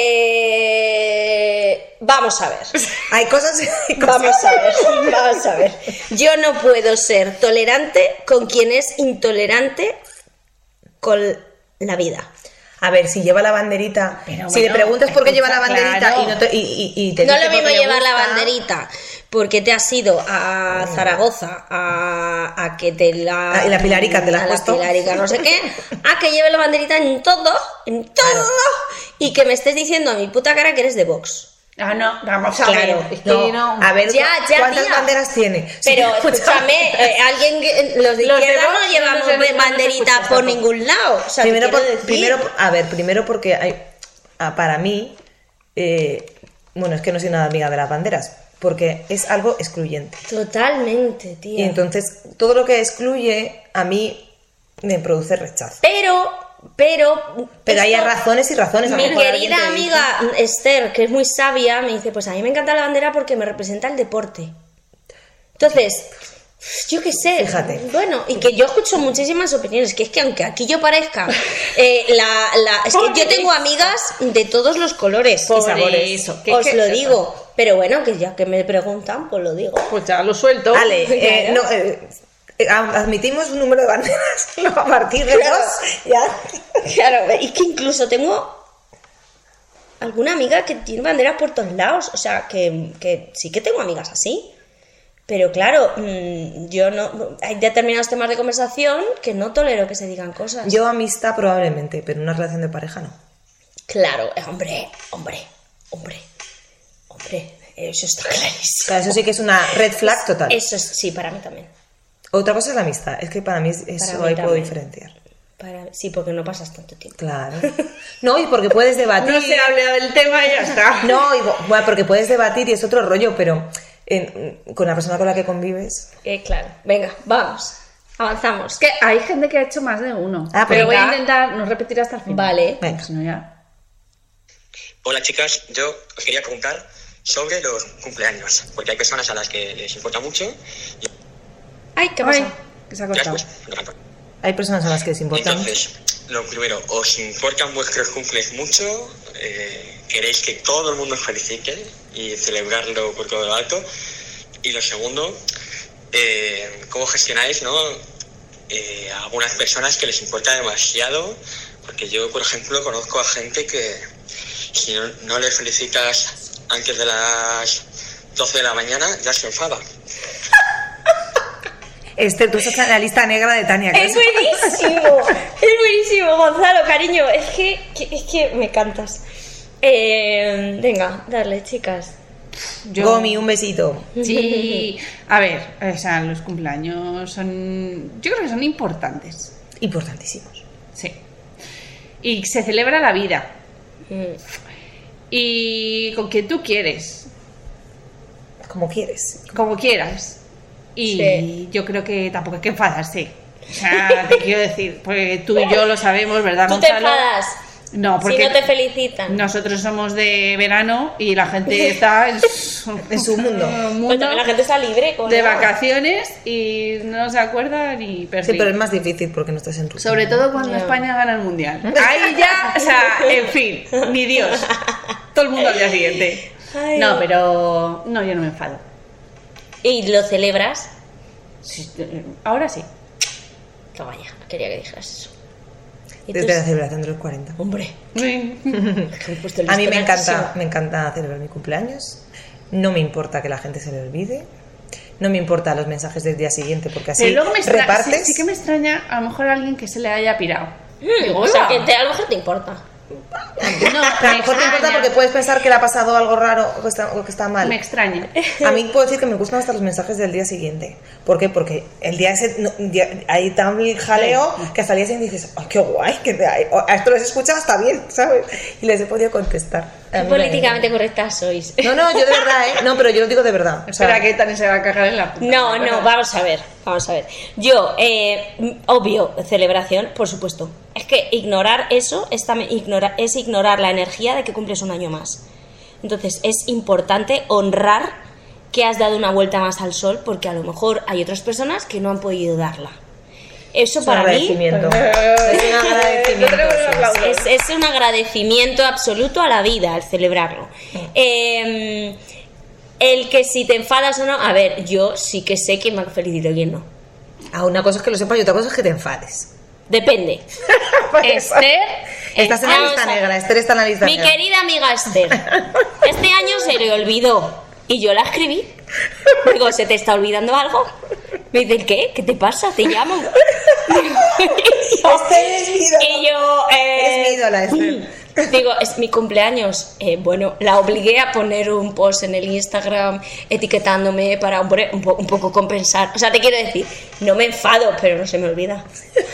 eh, vamos a ver. Hay cosas... hay cosas- Vamos a ver, vamos a ver. Yo no puedo ser tolerante con quien es intolerante con la vida. A ver, si lleva la banderita... Pero si le bueno, preguntas por qué lleva la escucha, banderita claro. y, no te, y, y- y te No dice lo mismo porque le llevar la gusta, banderita porque te has ido a Zaragoza a, a que te la... Ah, y la pilarica te la has a puesto. pilarica no sé qué, a que lleve la banderita en todo, en todo, Claro. y que me estés diciendo a mi puta cara que eres de Vox. ah, no, vamos a Claro, ver. Es que No, no. a ver, Ya, ¿cu- ya, ¿cuántas tía. banderas tiene? Pero Sí, escúchame, eh, alguien que- los de Los de izquierda Vox no no llevamos nos- no nos banderita escuchas por tampoco. ningún lado. O sea, primero, te quiero por- decir- primero, a ver, primero porque hay, ah, para mí, eh, bueno, es que no soy nada amiga de las banderas, porque es algo excluyente. Totalmente, tía. Y entonces, todo lo que excluye, a mí me produce rechazo. Pero, pero... Pero hay esto- razones y razones. a lo Mi mejor alguien querida te dice- amiga Esther, que es muy sabia, me dice, pues a mí me encanta la bandera porque me representa el deporte. Entonces, yo qué sé. Fíjate. Bueno, y que yo escucho muchísimas opiniones, que es que aunque aquí yo parezca, eh, la, la, es que yo tengo amigas de todos los colores Por y sabores. eso, que- Os que- lo digo. Pero bueno, que ya que me preguntan, pues lo digo. Pues ya lo suelto. Vale, eh, Claro. no, eh, eh, admitimos un número de banderas. No, a partir de Claro. dos, ya. Claro, y que incluso tengo alguna amiga que tiene banderas por todos lados. O sea, que, que sí que tengo amigas así. Pero claro, mm, yo no. Hay determinados temas de conversación que no tolero que se digan cosas. Yo amistad probablemente, pero una relación de pareja no. Claro, eh, hombre, hombre, hombre, hombre, eso está clarísimo. Claro, eso sí que es una red flag total. Eso es, sí, para mí también. Otra cosa es la amistad, es que para mí es- eso mí ahí puedo también. diferenciar. Para, sí, porque no pasas tanto tiempo. Claro. No, y porque puedes debatir. No se habla del tema y ya está. No, y, bueno, porque puedes debatir y es otro rollo, pero en- con la persona con la que convives. Eh, claro, venga, vamos, avanzamos. Es que hay gente que ha hecho más de uno. Ah, pero voy a venga. intentar no repetir hasta el final. Vale. Venga. Si no ya. Hola chicas, yo os quería preguntar sobre los cumpleaños, porque hay personas a las que les importa mucho y Ay, ¿qué Ay, pasa? que se ha otras cortado. pues no tanto. Hay personas a las que les importa mucho. Entonces, lo primero, ¿os importan vuestros cumples mucho? Eh, ¿Queréis que todo el mundo os felicite y celebrarlo por todo lo alto? Y lo segundo, eh, ¿cómo gestionáis, no? Eh, a algunas personas que les importa demasiado, porque yo, por ejemplo, conozco a gente que si no, no le felicitas antes de las doce de la mañana, ya se enfada. Esther, tú estás en la lista negra de Tania. ¿qué Es buenísimo, es buenísimo, Gonzalo, cariño. Es que, que- es que me cantas. Eh, venga, darle, chicas. Yo- Gomi, un besito. Sí, a ver, o sea, los cumpleaños son. Yo creo que son importantes. Importantísimos. Sí. Y se celebra la vida. Mm. Y con quien tú quieres, Como quieres. como quieras. Y Sí. yo creo que tampoco hay que enfadarse. O sea, te quiero decir, porque tú y yo lo sabemos, ¿verdad, Tú te Gonzalo? enfadas. No, porque si no te felicitan. nosotros somos de verano y la gente está en su, En su mundo. mundo Pues también la gente está libre. Con de nada. vacaciones y no se acuerda ni Sí, perfil. pero es más difícil porque no estás en rutina. Sobre todo cuando No. España gana el mundial. Ahí ya, o sea, en fin, mi Dios. Todo el mundo al día siguiente. Ay. No, pero no, yo no me enfado. ¿Y lo celebras? Sí, eh, ahora sí. Toma ya, no quería que dijeras eso. ¿Y Desde tú? la celebración de los cuarenta. Hombre, Sí. que me he puesto el A mí me listón encanta, altísimo. me encanta celebrar mi cumpleaños. No me importa que la gente se le olvide. No me importa los mensajes del día siguiente porque así Pero luego me extra- repartes. sí, sí que me extraña a lo mejor a alguien que se le haya pirado. Mm, Digo, o sea, "Hola". que te- a lo mejor te importa. No, A lo mejor te importa porque puedes pensar que le ha pasado algo raro o que está, o que está mal. me extraña. A mí puedo decir que me gustan hasta los mensajes del día siguiente. ¿Por qué? Porque el día ese no, día- hay tan jaleo que hasta el día siguiente dices, ¡ay, qué guay! Que te hay! O, a esto les he escuchado hasta bien, ¿sabes? Y les he podido contestar. A Qué mí me- políticamente correctas sois. No, no, yo de verdad, ¿eh? No, pero yo lo digo de verdad. O sea, Espera, que Tani se va a cagar en la puta. No, no, vamos a ver, vamos a ver. Yo, eh, obvio, celebración, por supuesto. Es que ignorar eso es, también ignora- es ignorar la energía de que cumples un año más. Entonces, es importante honrar que has dado una vuelta más al sol porque a lo mejor hay otras personas que no han podido darla. Eso es un para mí agradecimiento. Es un agradecimiento. No tenemos un sí. aplauso. es, es un agradecimiento absoluto a la vida el celebrarlo. Eh, el que si te enfadas o no, a ver, yo sí que sé quién me ha felicitado y quién no. Ah, una cosa es que lo sepas y otra cosa es que te enfades. Depende. Esther, Estás en la Vamos lista a- negra, Esther está en la lista Mi negra. querida amiga Esther, este año se le olvidó y yo la escribí. Digo, ¿se te está olvidando algo? Me dice, ¿qué? ¿Qué te pasa? Te llamo. y yo, Esther es mi ídola. y yo, eh, Eres mi ídola, Esther. digo, es mi cumpleaños. Eh, bueno, la obligué a poner un post en el Instagram etiquetándome para un, un, po- un poco compensar. O sea, te quiero decir, no me enfado, pero no se me olvida.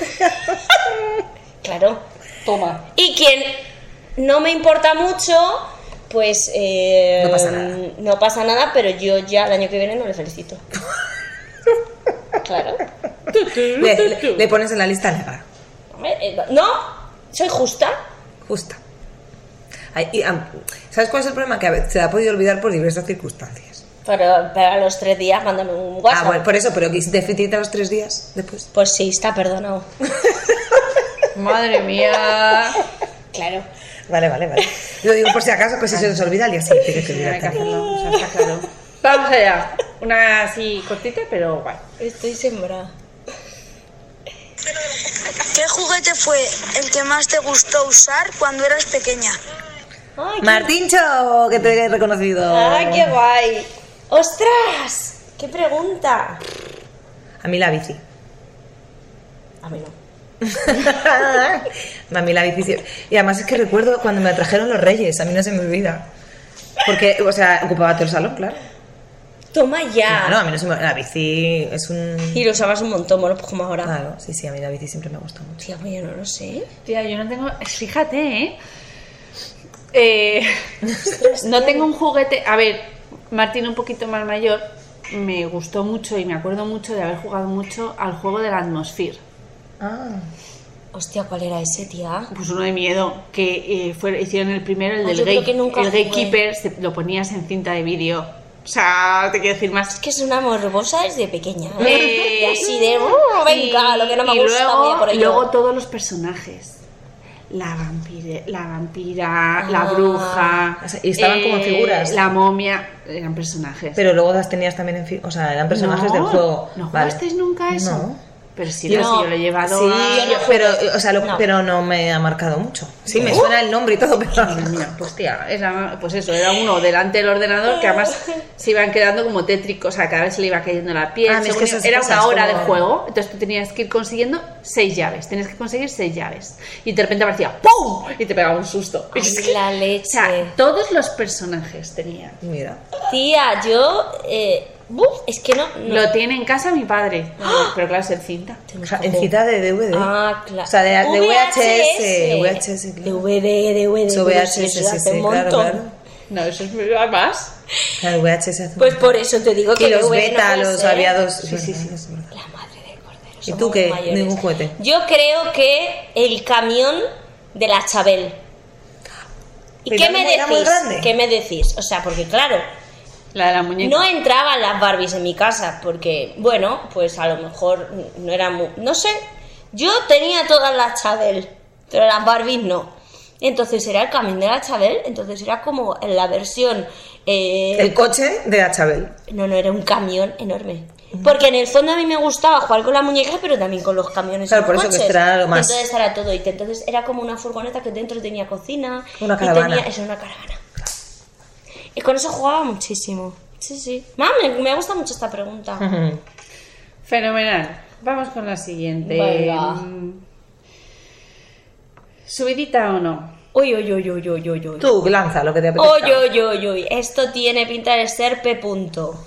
Claro. toma. Y quien no me importa mucho, pues eh, No pasa nada. no pasa nada, pero yo ya el año que viene no le felicito. Claro. Le, le- le pones en la lista negra. Eh, No, soy justa. Justa. Ay, y, am, ¿sabes cuál es el problema? Que a veces se ha podido olvidar por diversas circunstancias. Pero, pero a los tres días mándame un WhatsApp. Ah, bueno, por eso, pero que si te felicita los tres días después. Pues sí, está perdonado. Madre mía. Claro. Vale, vale, vale. Lo digo por si acaso, que si se nos olvida al día siguiente que te Sí, hay que olvida también. hacerlo, o sea, está claro. Vamos allá. Una así cortita, pero guay. Estoy sembrada. ¿Qué juguete fue el que más te gustó usar cuando eras pequeña? Ay, qué- Martíncho, que te he reconocido. ¡Ay, qué guay! ¡Ostras! ¡Qué pregunta! A mí la bici. A mí no. A mí la bici. sí. Y además es que recuerdo cuando me la trajeron los Reyes, a mí no se me olvida. Porque, o sea, ocupaba todo el salón, claro. Toma ya. No, a mí no se me La bici es un. Y lo usabas un montón, bueno, pues como ahora. Claro, sí, sí, a mí la bici siempre me ha gustado mucho. Tía, pues yo no lo sé. Tía, yo no tengo. Fíjate, ¿eh? Eh, no tengo un juguete. A ver, Martín, un poquito más mayor, me gustó mucho y me acuerdo mucho de haber jugado mucho al juego de la Atmosphere. Ah. Hostia, ¿cuál era ese, tía? Pues uno de miedo, que eh, fue, hicieron el primero, el Ah, del yo creo gate- que nunca el jugué. Gatekeeper, se- lo ponías en cinta de vídeo. O sea, te quiero decir más. Es que es una morbosa desde pequeña. ¿eh? Eh, Y así de, "Uh, venga, y- lo que no me y gusta, luego, voy a por ello". luego todos los personajes. La vampire, la vampira, la Ah. bruja. O sea, y estaban como figuras. La momia, eran personajes. Pero luego las tenías también en fi- O sea, eran personajes No, del juego. ¿No Vale. jugasteis nunca a eso? No. Pero sí, Yo pero no. sí, yo lo he llevado Sí, a... yo no pero, jugué. o sea, lo- No. pero no me ha marcado mucho. Sí, me Uh. suena el nombre y todo, pero. Mira, pues tía, era, pues eso, era uno delante del ordenador que además se iban quedando como tétricos, o sea, cada vez se le iba cayendo la piel. Ah, es según que iba- esas era cosas una hora como- de juego, entonces tú tenías que ir consiguiendo seis llaves, tenías que conseguir seis llaves. Y de repente aparecía ¡pum! Y te pegaba un susto. Ay, Es que- la O leche. sea, todos los personajes tenían. Mira. Tía, yo... Eh, buf, es que no... no. Lo tiene en casa mi padre, pero claro, es en cinta. O sea, en cita de D V D. Ah, claro. O sea, de, de V H S. V H S, De claro. V D, de V D. Eso pero V H si S, eso sí, hace sí, un claro, montón. claro. No, eso es más. Claro, V H S hace Pues un- por eso te digo que Y los D V D no beta, puede los ser. había dos. Sí, sí, sí. Es verdad. La madre del cordero. ¿Y somos tú qué? mayores. Ningún juguete. Yo creo que el camión de la Chabel. ¿Y qué me Era muy decís? grande. ¿Qué me decís? O sea, porque claro, La de la muñeca. no entraban las Barbies en mi casa, porque, bueno, pues a lo mejor no era muy... No sé, yo tenía todas las Chadel, pero las Barbies no. Entonces era el camión de la Chadel, entonces era como en la versión... eh, El coche de Achabel. No, no, era un camión enorme. Porque en el fondo a mí me gustaba jugar con la muñeca, pero también con los camiones. Claro, y los por eso que coches. esto era lo más. Entonces era todo. Y que entonces era como una furgoneta que dentro tenía cocina. Una y caravana. tenía, eso, una caravana. Y con eso jugaba muchísimo. Sí, sí. Mam, me, me gusta mucho esta pregunta. Fenomenal. Vamos con la siguiente. Venga. Mm, ¿Subidita o no? Uy, uy, uy, uy, uy, uy, uy. Tú, lanza lo que te apetezca. Uy, uy, uy, uy. Esto tiene pinta de ser P. punto.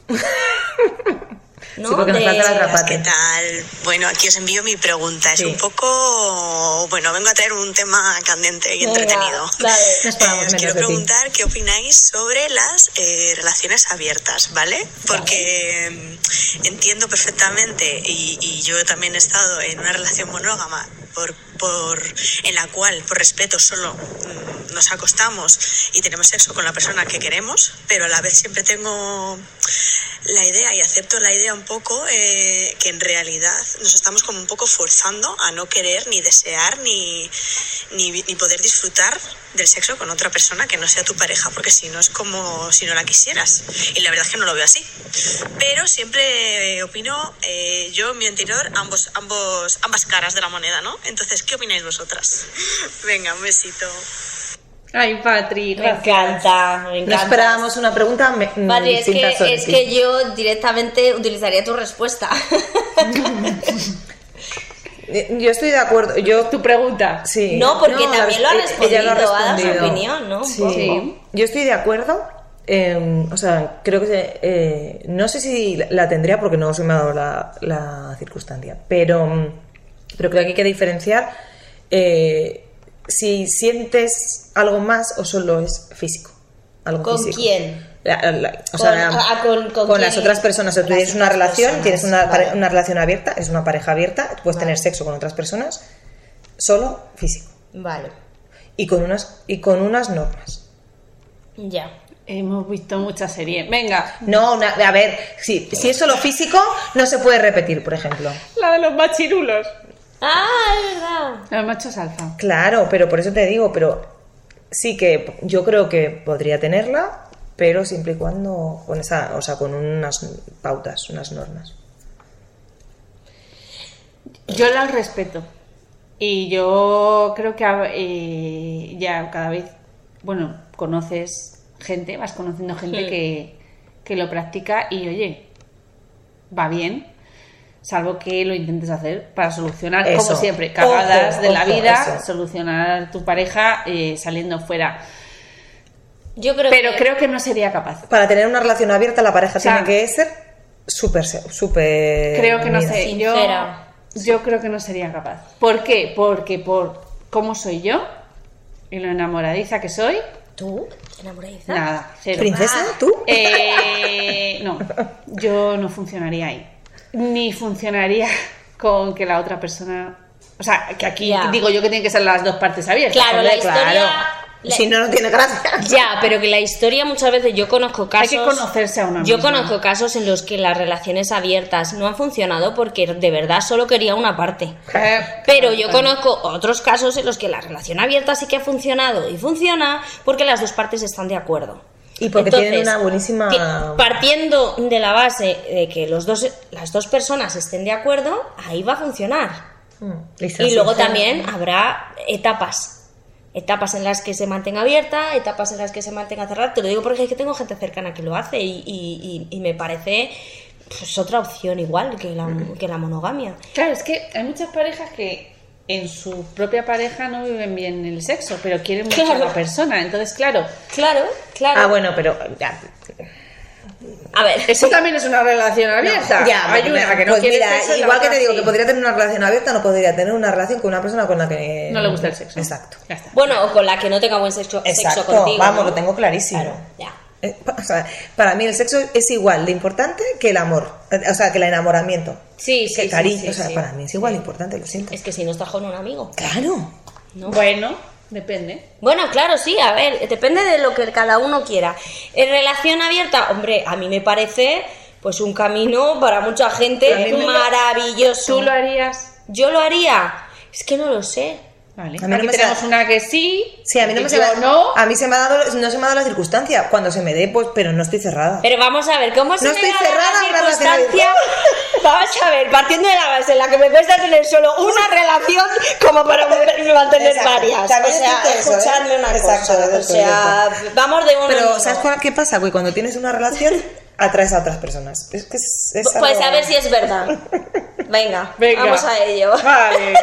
¿No? Sí, porque nos De- falta la otra Buenas, parte. ¿qué tal? Bueno, aquí os envío mi pregunta. Es Sí. un poco... Bueno, vengo a traer un tema candente y Venga, entretenido. dale. No esperamos Eh, os menos quiero de ti. preguntar qué opináis sobre las eh, relaciones abiertas, ¿vale? Porque mm, entiendo perfectamente, y, y yo también he estado en una relación monógama por, por, en la cual, por respeto, solo mm, nos acostamos y tenemos sexo con la persona que queremos, pero a la vez siempre tengo la idea y acepto la idea un poco eh, que en realidad nos estamos como un poco forzando a no querer ni desear ni, ni, ni poder disfrutar del sexo con otra persona que no sea tu pareja, porque si no es como si no la quisieras, y la verdad es que no lo veo así, pero siempre eh, opino eh, yo en mi interior ambos, ambos, ambas caras de la moneda, ¿no? Entonces, ¿qué opináis vosotras? Venga, un besito. Ay, Patri, Me gracias. encanta, me No encanta. esperábamos una pregunta me, Patri, es distinta que, sobre es ti. que yo directamente utilizaría tu respuesta. Eh, Yo estoy de acuerdo. Yo Tu pregunta. sí. No, porque la también lo ha res- respondido, ella lo ha dado su respondido. opinión, ¿no? Un Sí. poco. Sí. Yo estoy de acuerdo. eh, o sea, creo que eh, no sé si la tendría porque no se me ha dado la, la circunstancia, pero, mm, pero creo que hay que diferenciar eh, si sientes algo más o solo es físico. Algo ¿Con físico. quién? La- la- o Con- sea, ah, con- con con quién? las otras personas. O sea, tú Las tienes una otras relación, personas, tienes una, vale. pare- una relación abierta, es una pareja abierta, puedes Vale. tener sexo con otras personas, solo físico. Vale, Y con unas, y con unas normas. ya. Hemos visto muchas series. Venga, No, una- a ver, si, si es solo físico, no se puede repetir, por ejemplo. la de los machirulos. Ah, es verdad. Los machos alfa. Claro, pero por eso te digo, pero sí que yo creo que podría tenerla, pero siempre y cuando con esa, o sea, con unas pautas, unas normas. Yo las respeto. Y yo creo que eh, ya cada vez, bueno, conoces gente, vas conociendo gente Sí. que, que lo practica y oye, va bien, salvo que lo intentes hacer para solucionar, Eso. como siempre, cagadas Ojo, de la ojo, vida, eso. solucionar tu pareja eh, saliendo fuera. Yo creo Pero que... creo que no sería capaz. Para tener una relación abierta, la pareja O sea, tiene que ser súper, se- súper. Creo que no unida. sé, yo, Sincera. yo creo que no sería capaz. ¿Por qué? Porque por cómo soy yo y lo enamoradiza que soy, ¿Tú? ¿Enamoradiza? nada, cero. ¿Princesa? Ah. ¿Tú? Eh, no, yo no funcionaría ahí. Ni funcionaría con que la otra persona... O sea, que aquí Ya. digo yo que tienen que ser las dos partes abiertas. Claro, Hombre, la historia... Claro. la- Si no, no tiene gracia. Ya, pero que la historia muchas veces yo conozco casos... Hay que conocerse a uno Yo mismo. conozco casos en los que las relaciones abiertas no han funcionado porque de verdad solo quería una parte. Eh, Pero yo conozco otros casos en los que la relación abierta sí que ha funcionado y funciona porque las dos partes están de acuerdo. Y porque tienen una buenísima- ti- Partiendo de la base de que los dos, las dos personas estén de acuerdo, ahí va a funcionar. Mm, Lisa, Y luego sincera. también habrá etapas. Etapas en las que se mantenga abierta, etapas en las que se mantenga cerrada. Te lo digo porque es que tengo gente cercana que lo hace y, y- y- y me parece pues, otra opción igual que la, que la monogamia. Claro, es que hay muchas parejas que en su propia pareja no viven bien el sexo, pero quieren mucho Claro. a la persona. Entonces, claro, Claro, claro. Ah, bueno, pero. Ya, A ver, eso también es una relación abierta. ya, hay bueno, una que no pues quiere mira, sexo y la igual que otra te digo sí. que podría tener una relación abierta, no podría tener una relación con una persona con la que. No le gusta el sexo. Exacto. Ya está. bueno, o con la que no tenga buen sexo, sexo Exacto, contigo. vamos, ¿no? lo tengo clarísimo. Claro, ya. Eh, pa- o sea, para mí el sexo es igual de importante que el amor, eh, o sea, que el enamoramiento. Sí, que sí, el sí, cariño, sí, o sea, sí. para mí es igual de importante, lo siento. Es que si no estás con un amigo. Claro. ¿no? Bueno, Depende. Bueno, claro, sí, a ver, depende de lo que cada uno quiera. En relación abierta, hombre, a mí me parece pues un camino para mucha gente maravilloso. ¿Tú lo harías? ¿Yo lo haría? Es que no lo sé. Vale. A mí no Aquí me tenemos sa- una que sí. Sí, a mí no me yo se me, no. a mí se me ha dado, no se me ha dado la circunstancia. Cuando se me dé, pues, pero no estoy cerrada. Pero vamos a ver, ¿cómo se No me estoy va a dar cerrada a la una relación circunstancia? Vamos a ver, partiendo de la base en la que me cuesta tener solo una relación como para mantener Exacto. varias. También O sea, es cierto eso, ¿eh? escuchadme una Exacto, cosa. O eso, sea, vamos de uno en Pero, uno. ¿sabes cuál- qué pasa? Que cuando tienes una relación, atraes a otras personas. Es que es, es Pues algo- a ver si es verdad. Venga, Venga. vamos a ello. Vale.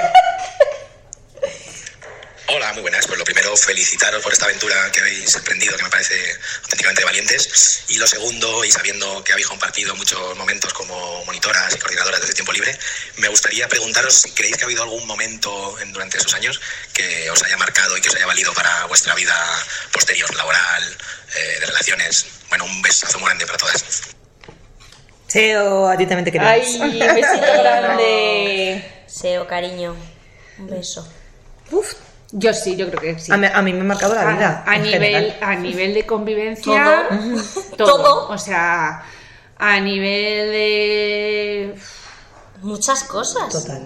Hola, muy buenas. Pues lo primero, felicitaros por esta aventura que habéis emprendido, que me parece auténticamente de valientes. Y lo segundo, y sabiendo que habéis compartido muchos momentos como monitoras y coordinadoras desde tiempo libre, me gustaría preguntaros si creéis que ha habido algún momento en- durante esos años que os haya marcado y que os haya valido para vuestra vida posterior, laboral, eh, de relaciones. Bueno, un besazo muy grande para todas. Cheo, a ti también te queremos. Ay, besito grande. Seo, cariño. Un beso. Uf, Yo sí, yo creo que sí. a, mí, a mí me ha marcado la vida. A, a en nivel, general. a nivel de convivencia, Todo. todo. Todo. O sea, a nivel de. Muchas cosas. Total.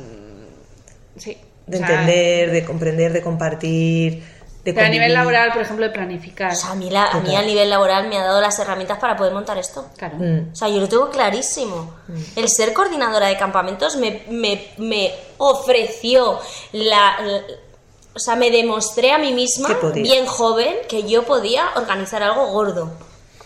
Sí. De o sea, entender, de comprender, de compartir, de pero a nivel convivir. laboral, por ejemplo, de planificar. O sea, a mí, la- a mí Total. a nivel laboral me ha dado las herramientas para poder montar esto. Claro. Mm. O sea, yo lo tengo clarísimo. El ser coordinadora de campamentos me, me, me ofreció la, la- O sea, me demostré a mí misma, Que podía. bien joven, que yo podía organizar algo gordo.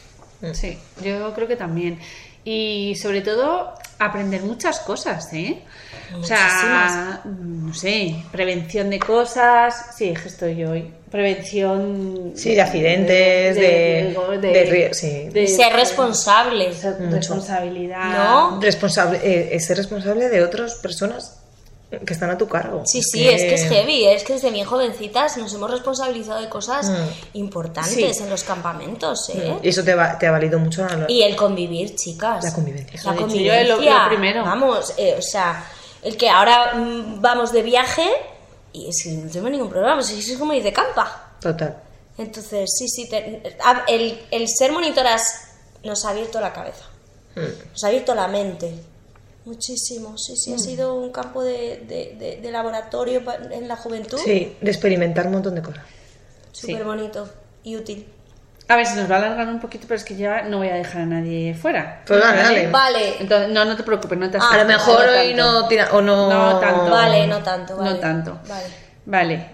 Sí, yo creo que también. Y sobre todo, aprender muchas cosas, ¿eh? O sea, no sé, prevención de cosas. Sí, es que estoy hoy. Prevención. Sí, de accidentes, de- de rie- sí. de- Ser responsable. de responsabilidad. ¿No? Responsable, eh, es ser responsable de otras personas que están a tu cargo. Sí, sí, es que es heavy, es que desde bien jovencitas nos hemos responsabilizado de cosas importantes Sí. en los campamentos, ¿eh? Y eso te, va- te ha valido mucho la, Y el convivir, chicas. la convivencia. La Eso he dicho convivencia. yo, lo- lo primero. Vamos, eh, o sea, el que ahora mm, vamos de viaje y es que no tengo ningún problema, si es como ir de campa. Total. Entonces, sí, sí, te- a- el, el ser monitoras nos ha abierto la cabeza, nos ha abierto la mente. Muchísimo, sí, sí, ha sido un campo de, de- de- de laboratorio pa- en la juventud. Sí, de experimentar un montón de cosas. Súper bonito y útil. A ver, se nos va a alargar un poquito, pero es que ya no voy a dejar a nadie fuera. Pues dale, dale. Vale, Entonces, no, no te preocupes, no te Ah, A lo asustes, mejor no hoy tanto. no tira, o no... No tanto. vale, no tanto, vale. No tanto. Vale. Vale,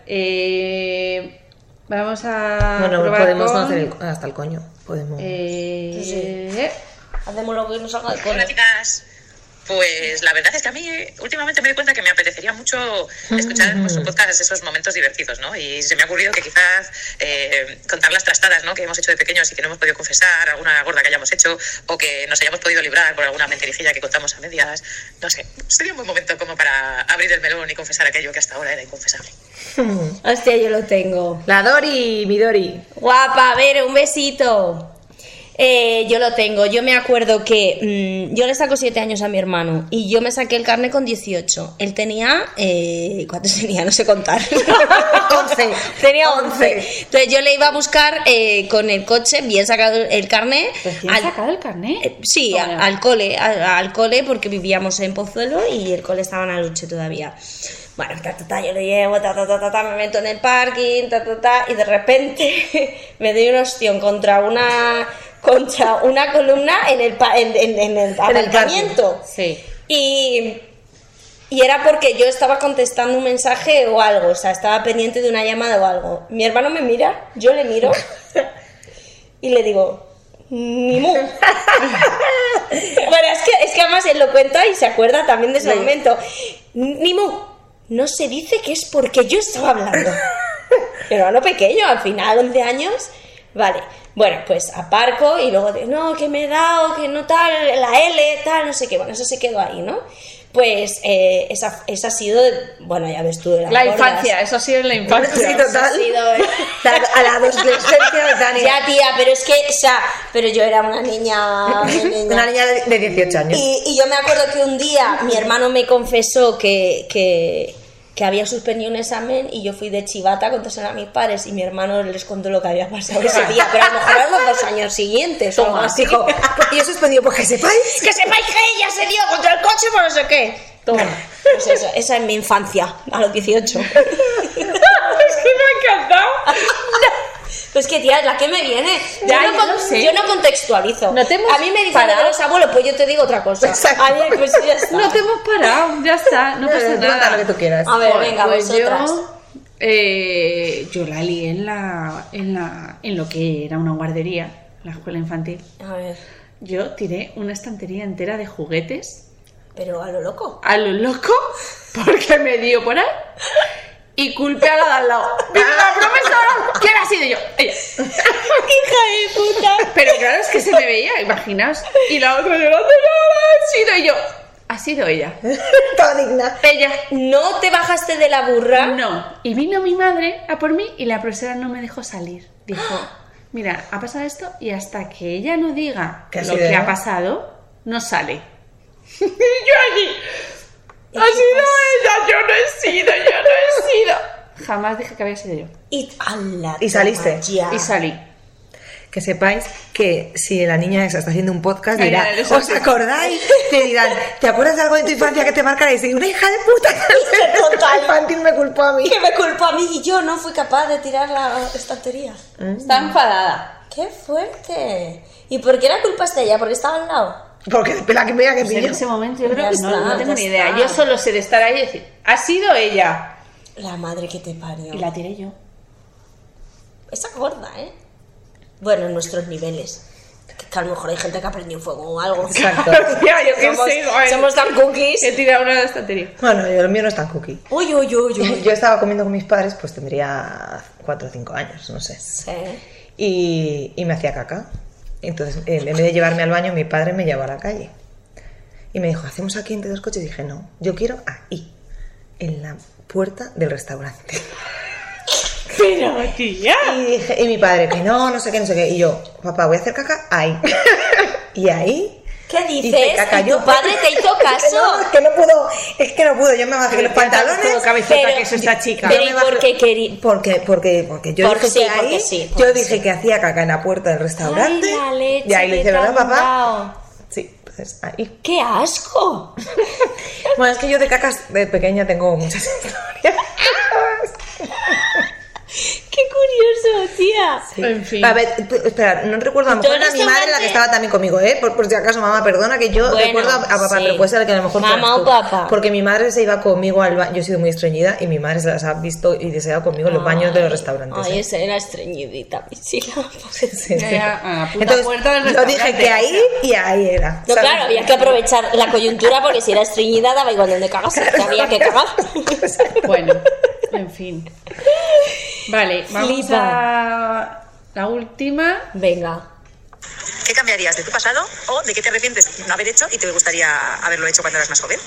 eh, vamos a. Bueno, probar podemos con, no hacer el- hasta el coño. Podemos... eh, Hacemos lo que nos salga de coño. Hola chicas, pues la verdad es que a mí eh, últimamente me doy cuenta que me apetecería mucho escuchar en vuestro podcast esos momentos divertidos, ¿no? Y se me ha ocurrido que quizás eh, contar las trastadas, ¿no?, que hemos hecho de pequeños y que no hemos podido confesar, alguna gorda que hayamos hecho o que nos hayamos podido librar por alguna mentirijilla que contamos a medias, no sé, sería un buen momento como para abrir el melón y confesar aquello que hasta ahora era inconfesable. Hostia, yo lo tengo. La Dori, mi Dori. Guapa, a ver, un besito. Eh, yo lo tengo. Yo me acuerdo que mm, yo le saco siete años a mi hermano y yo me saqué el carnet con dieciocho. Él tenía... Eh, ¿Cuántos tenía? No sé contar. once. Tenía once. Entonces yo le iba a buscar eh, con el coche, bien sacado el carnet. ¿Recién al- sacado el carnet? Eh, Sí, a- Vaya. al cole, a- al cole porque vivíamos en Pozuelo y el cole estaba en Aluche todavía. Bueno, ta, ta, ta, yo lo llevo, ta, ta, ta, ta, ta, me meto en el parking, ta, ta, ta, y de repente me doy un ostión contra una contra una columna en el pa- en, en- en el aparcamiento. Sí. Y, y era porque yo estaba contestando un mensaje o algo, o sea, estaba pendiente de una llamada o algo. Mi hermano me mira, yo le miro y le digo, ni mu. Bueno, es que, es que además él lo cuenta y se acuerda también de ese Sí. momento. Ni mu, no se dice que es porque yo estaba hablando. Mi hermano pequeño, al final, once años, vale. Bueno, pues aparco y luego digo, no, que me he dado, que no tal, la L, tal, no sé qué. Bueno, eso se quedó ahí, ¿no? Pues eh, esa, esa ha sido, bueno, ya ves tú, de las La gordas. infancia, eso ha sido en la infancia. Sí, Eso ha total. sido, eh. La- a la adolescencia de Dani. Ya, tía, pero es que, o sea, pero yo era una niña... Una niña. Una niña de de dieciocho años. Y, y yo me acuerdo que un día mi hermano me confesó que, que, que había suspendido un examen y yo fui de chivata a contárselo a mis padres y mi hermano les contó lo que había pasado ese día, pero a lo mejor eran los dos años siguientes o algo así. Dijo, porque yo suspendido, pues que sepáis. Que sepáis que ella se dio contra el coche por no sé qué. Toma. Pues eso, esa es mi infancia, a los dieciocho. Es que me ha encantado. Pues que tía, es la que me viene. Ya, yo, no, yo lo sé. yo no contextualizo. No te hemos a mí me dicen parado. de los abuelos, pues yo te digo otra cosa. Exacto. A ver, pues ya está. No te hemos parado, ya está, no pasa Cuenta nada. lo que tú quieras. A ver, Pues- venga, pues vosotras. Yo, eh, yo la lié en, la, en, la, en lo que era una guardería, la escuela infantil. A ver, Yo tiré una estantería entera de juguetes pero a lo loco. a lo loco porque me dio por ahí y culpé a la de al lado. Digo, no, profesora, ¿quién ha sido yo? Ella. ¡Hija de puta! Pero claro, es que se me veía, imaginaos. Y la otra llorando, no, ha sido yo. Ha sido ella. Toda digna. Ella. ¿No te bajaste de la burra? No. Y vino mi madre a por mí y la profesora no me dejó salir. Dijo, mira, ha pasado esto y hasta que ella no diga ¿Qué ha lo sido que ella? ha pasado, no sale. Y yo allí, ha sido ella, yo no he sido, yo no he sido. Jamás dije que había sido yo. Y, ala, ¿Y saliste? toma ya. Y salí. Que sepáis que si la niña esa está haciendo un podcast, Ay, dirá, ya, eso ¿os sí. acordáis? Te dirán, ¿te acuerdas de algo de tu infancia que te marcará? Y dice, una hija de puta que Total. infantil me culpó a mí. Que me culpó a mí y yo no fui capaz de tirar la estantería. Está enfadada. ¡Qué fuerte! ¿Y por qué la culpaste a ella? ¿Porque estaba al lado? Porque de la que me diga que Pues en pillo. ese momento yo creo Ya que no, está, no tengo ya ni idea. está. Yo solo sé de estar ahí y decir, ha sido ella. La madre que te parió. Y la tiré yo. Esa gorda, ¿eh? Bueno, en nuestros niveles. Que, que a lo mejor hay gente que ha prendido fuego o algo. Exacto. Ya, yo qué Somos, sé, joder. somos tan cookies. He tirado una estantería. Bueno, yo, el mío no es tan cookie. Uy, uy, uy, uy. Yo estaba comiendo con mis padres, pues tendría cuatro o cinco años, no sé. Sí. Y, y me hacía caca. Entonces, eh, en vez de llevarme al baño, mi padre me llevó a la calle. Y me dijo, ¿hacemos aquí entre dos coches? Y dije, no, yo quiero ahí, en la puerta del restaurante. Pero, tía. Y, dije, y mi padre, que no, no sé qué, no sé qué. Y yo, papá, voy a hacer caca ahí. Y ahí... ¿Qué hice dices? caca. ¿Y Yo- tu padre te hizo Que no, caso? es que no puedo, es que no pudo. Yo me bajé los pantalones. Todo cabezota Pero- que es esta chica. pero Yo ¿y me bajé- por qué querí- Porque, porque, porque yo Por dije sí, que porque ahí, sí, yo porque dije sí. que hacía caca en la puerta del restaurante. Ay, la leche, y ahí lo qué hice, ¿verdad, papá? traumao. Sí, entonces ahí. ¡Qué asco! Bueno, es que yo de cacas de pequeña tengo muchas historias. ¡Qué curioso, tía! En fin. A ver, tú- espera, no recuerdo, a lo ¿Y tú mejor era eres mi madre la amante? que estaba también conmigo, ¿eh? Por, por si acaso, mamá, perdona, que yo Bueno, recuerdo a, a papá, sí. pero puede ser que a lo mejor Mamá fueras o tú. papá. Porque mi madre se iba conmigo al baño, yo he sido muy estreñida, y mi madre se las ha visto y deseado conmigo en los baños de los restaurantes. Ay, ¿eh? esa era estreñidita, mi chica. Sí, sí. Ya, ya, a la puta Entonces, puerta del yo dije restaurante, que ahí y ahí era. No, ¿sabes? claro, había que aprovechar la coyuntura porque si era estreñida daba igual donde cagas, que había que cagar. Bueno, en fin. Vale, vamos Flipa. a la última. Venga. ¿Qué cambiarías de tu pasado o de qué te arrepientes de no haber hecho y te gustaría haberlo hecho cuando eras más joven?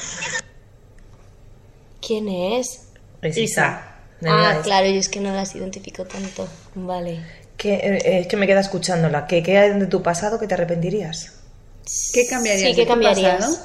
¿Quién es? Es Isa. Nerea Ah, Isa. claro, y es que no las identifico tanto. Vale. Que, eh, es que me queda escuchándola. ¿Qué, ¿Qué hay de tu pasado que te arrepentirías? ¿Qué cambiarías Sí, ¿qué de tu cambiarías? pasado?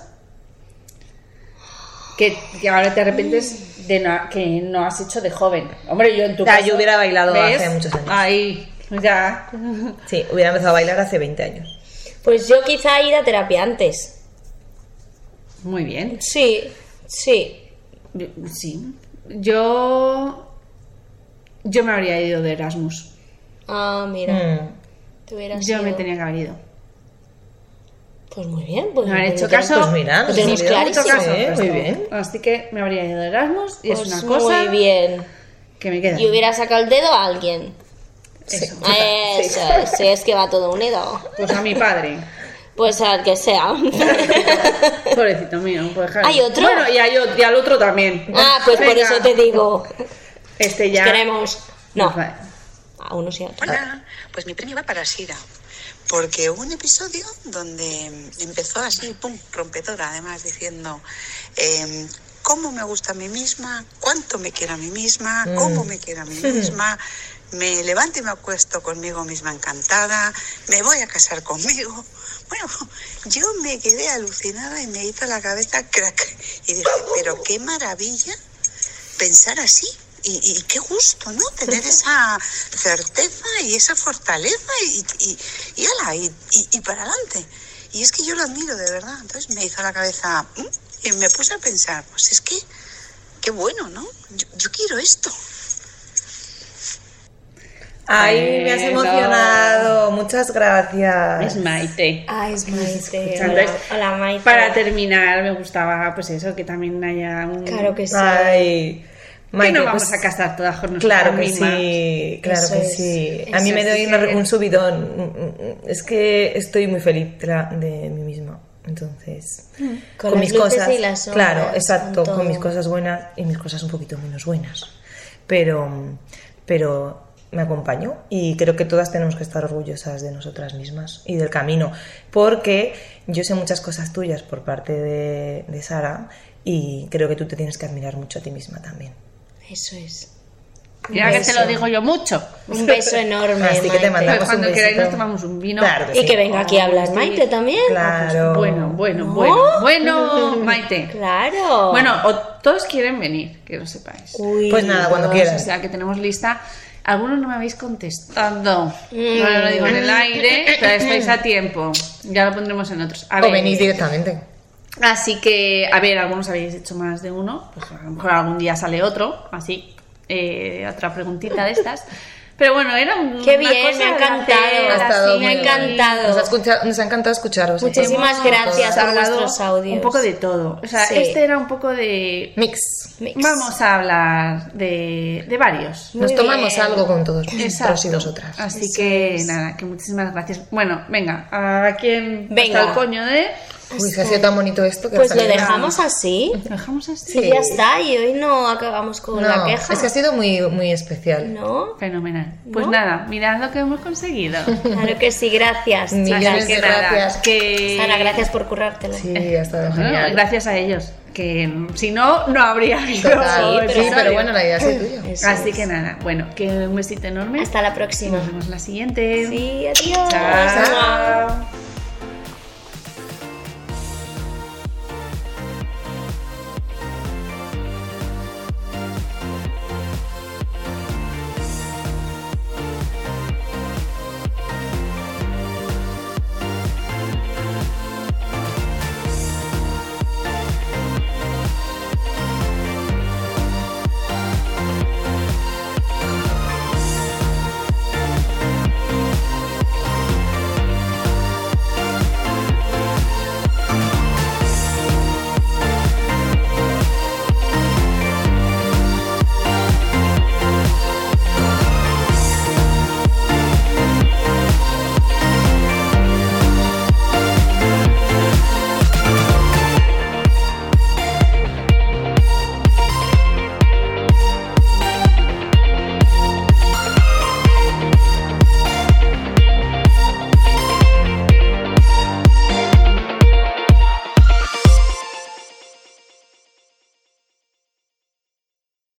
Que, que ahora te arrepientes de no, que no has hecho de joven. Hombre, yo en tu Ya, caso, yo hubiera bailado ¿ves? hace muchos años. Ahí, ya. Sí, hubiera empezado a bailar hace veinte años. Pues yo quizá ir a terapia antes. Muy bien. Sí, sí. Sí. Yo. Yo me habría ido de Erasmus. Ah, mira. Mm. Te hubieras Yo me ido. tenía que haber ido. Pues muy bien. Pues Me han pues hecho lo tenemos- caso. Pues mira, lo nos tenemos hemos olvidado mucho clarísimo. caso. Pues muy no. bien. Así que me habría ido de Erasmus y Pues es una cosa muy bien. que me queda. Y hubiera sacado el dedo a alguien. Eso. Eso, es, sí, es que va todo unido. Pues a mi padre. Pues al que sea. Pobrecito mío. Pues, claro. ¿Hay otro? Bueno, y, hay o- y al otro también. Ah, pues por Venga. eso te digo. Este ya. Queremos. No, Vale. a uno sí a otro. Hola, pues mi premio va para Sira, porque hubo un episodio donde empezó así, pum, rompedora, además diciendo eh, cómo me gusta a mí misma, cuánto me quiero a mí misma, cómo me quiero a mí misma, me levanto y me acuesto conmigo misma encantada, me voy a casar conmigo. Bueno, yo me quedé alucinada y me hizo la cabeza crack y dije, pero qué maravilla. pensar así. Y, y qué gusto, ¿no? Tener esa certeza y esa fortaleza y, y, y, ala, y, y, y para adelante. Y es que yo lo admiro, de verdad. Entonces me hizo la cabeza y me puse a pensar, pues es que, qué bueno, ¿no? Yo, yo quiero esto. Ay, me has Bueno. emocionado. Muchas gracias. Es Maite. Ay, es Maite. Escuchando Hola, esto. hola, Maite. Para terminar, me gustaba, pues eso, que también haya un... Claro que sí. Ay, que Maite, no vamos pues, a casar todas con nosotras claro que mismas. sí, claro Eso que es, sí. A eso mí me es, doy sí una- que- un subidón. Es que estoy muy feliz de, la- de mí misma. Entonces, Con las luces y las sombras, claro, exacto, con con, mis todo. cosas buenas y mis cosas un poquito menos buenas. Pero, pero me acompaño y creo que todas tenemos que estar orgullosas de nosotras mismas y del camino, porque yo sé muchas cosas tuyas por parte de, de Sara y creo que tú te tienes que admirar mucho a ti misma también. Eso es. Mira que te beso. lo digo yo mucho. Un beso enorme, Así que te Maite. mandamos Pues cuando un queráis besito. nos tomamos un vino. Claro que Y sí. que venga aquí a hablar Sí. Maite también. Claro. Bueno, bueno, ¿No? bueno, bueno, Maite. Claro. Bueno, o todos quieren venir, que lo sepáis. Uy, Pues nada, cuando Todos, quieras. O sea, que tenemos lista. Algunos no me habéis contestado. Mm. No lo digo en el aire, pero estáis a tiempo. Ya lo pondremos en otros. A O ver. venís directamente. Así que, a ver, algunos habéis hecho más de uno. Pues a lo mejor algún día sale otro, así, eh, otra preguntita de estas. Pero bueno, era un. Qué una bien, cosa me ha de encantado. hacer Ha estado así. me ha muy bien. encantado. Nos ha, escucha- nos ha encantado escucharos. Muchísimas Hemos- gracias. Hemos por hablado vuestros audios. Un poco de todo. O sea, Sí. este era un poco de. Mix. Mix. Vamos a hablar de, de varios. Nos Muy tomamos bien. algo con todos Exacto. vosotros y vosotras. Así Eso que es. nada, que muchísimas gracias. Bueno, venga, ¿a quién Venga. está el coño de? Uy, que ha sido tan bonito esto que Pues ha lo salido- dejamos así. ¿Lo dejamos así? Y ya está. Y hoy no acabamos con No, la queja. es que ha sido muy, muy especial. ¿No? Fenomenal. Pues ¿No? nada, mirad lo que hemos conseguido. Claro que sí, gracias. Millones Así de que nada, gracias. que... Sara, gracias por currártelo. Sí, ha estado Bueno, genial. gracias a ellos, que mm, si no, no habría habido Total. Sí, episodio. pero bueno, la idea es tuya. Eso Así es. que nada, bueno, que un besito enorme. Hasta la Y próxima. nos vemos la siguiente. Sí, adiós. Chao.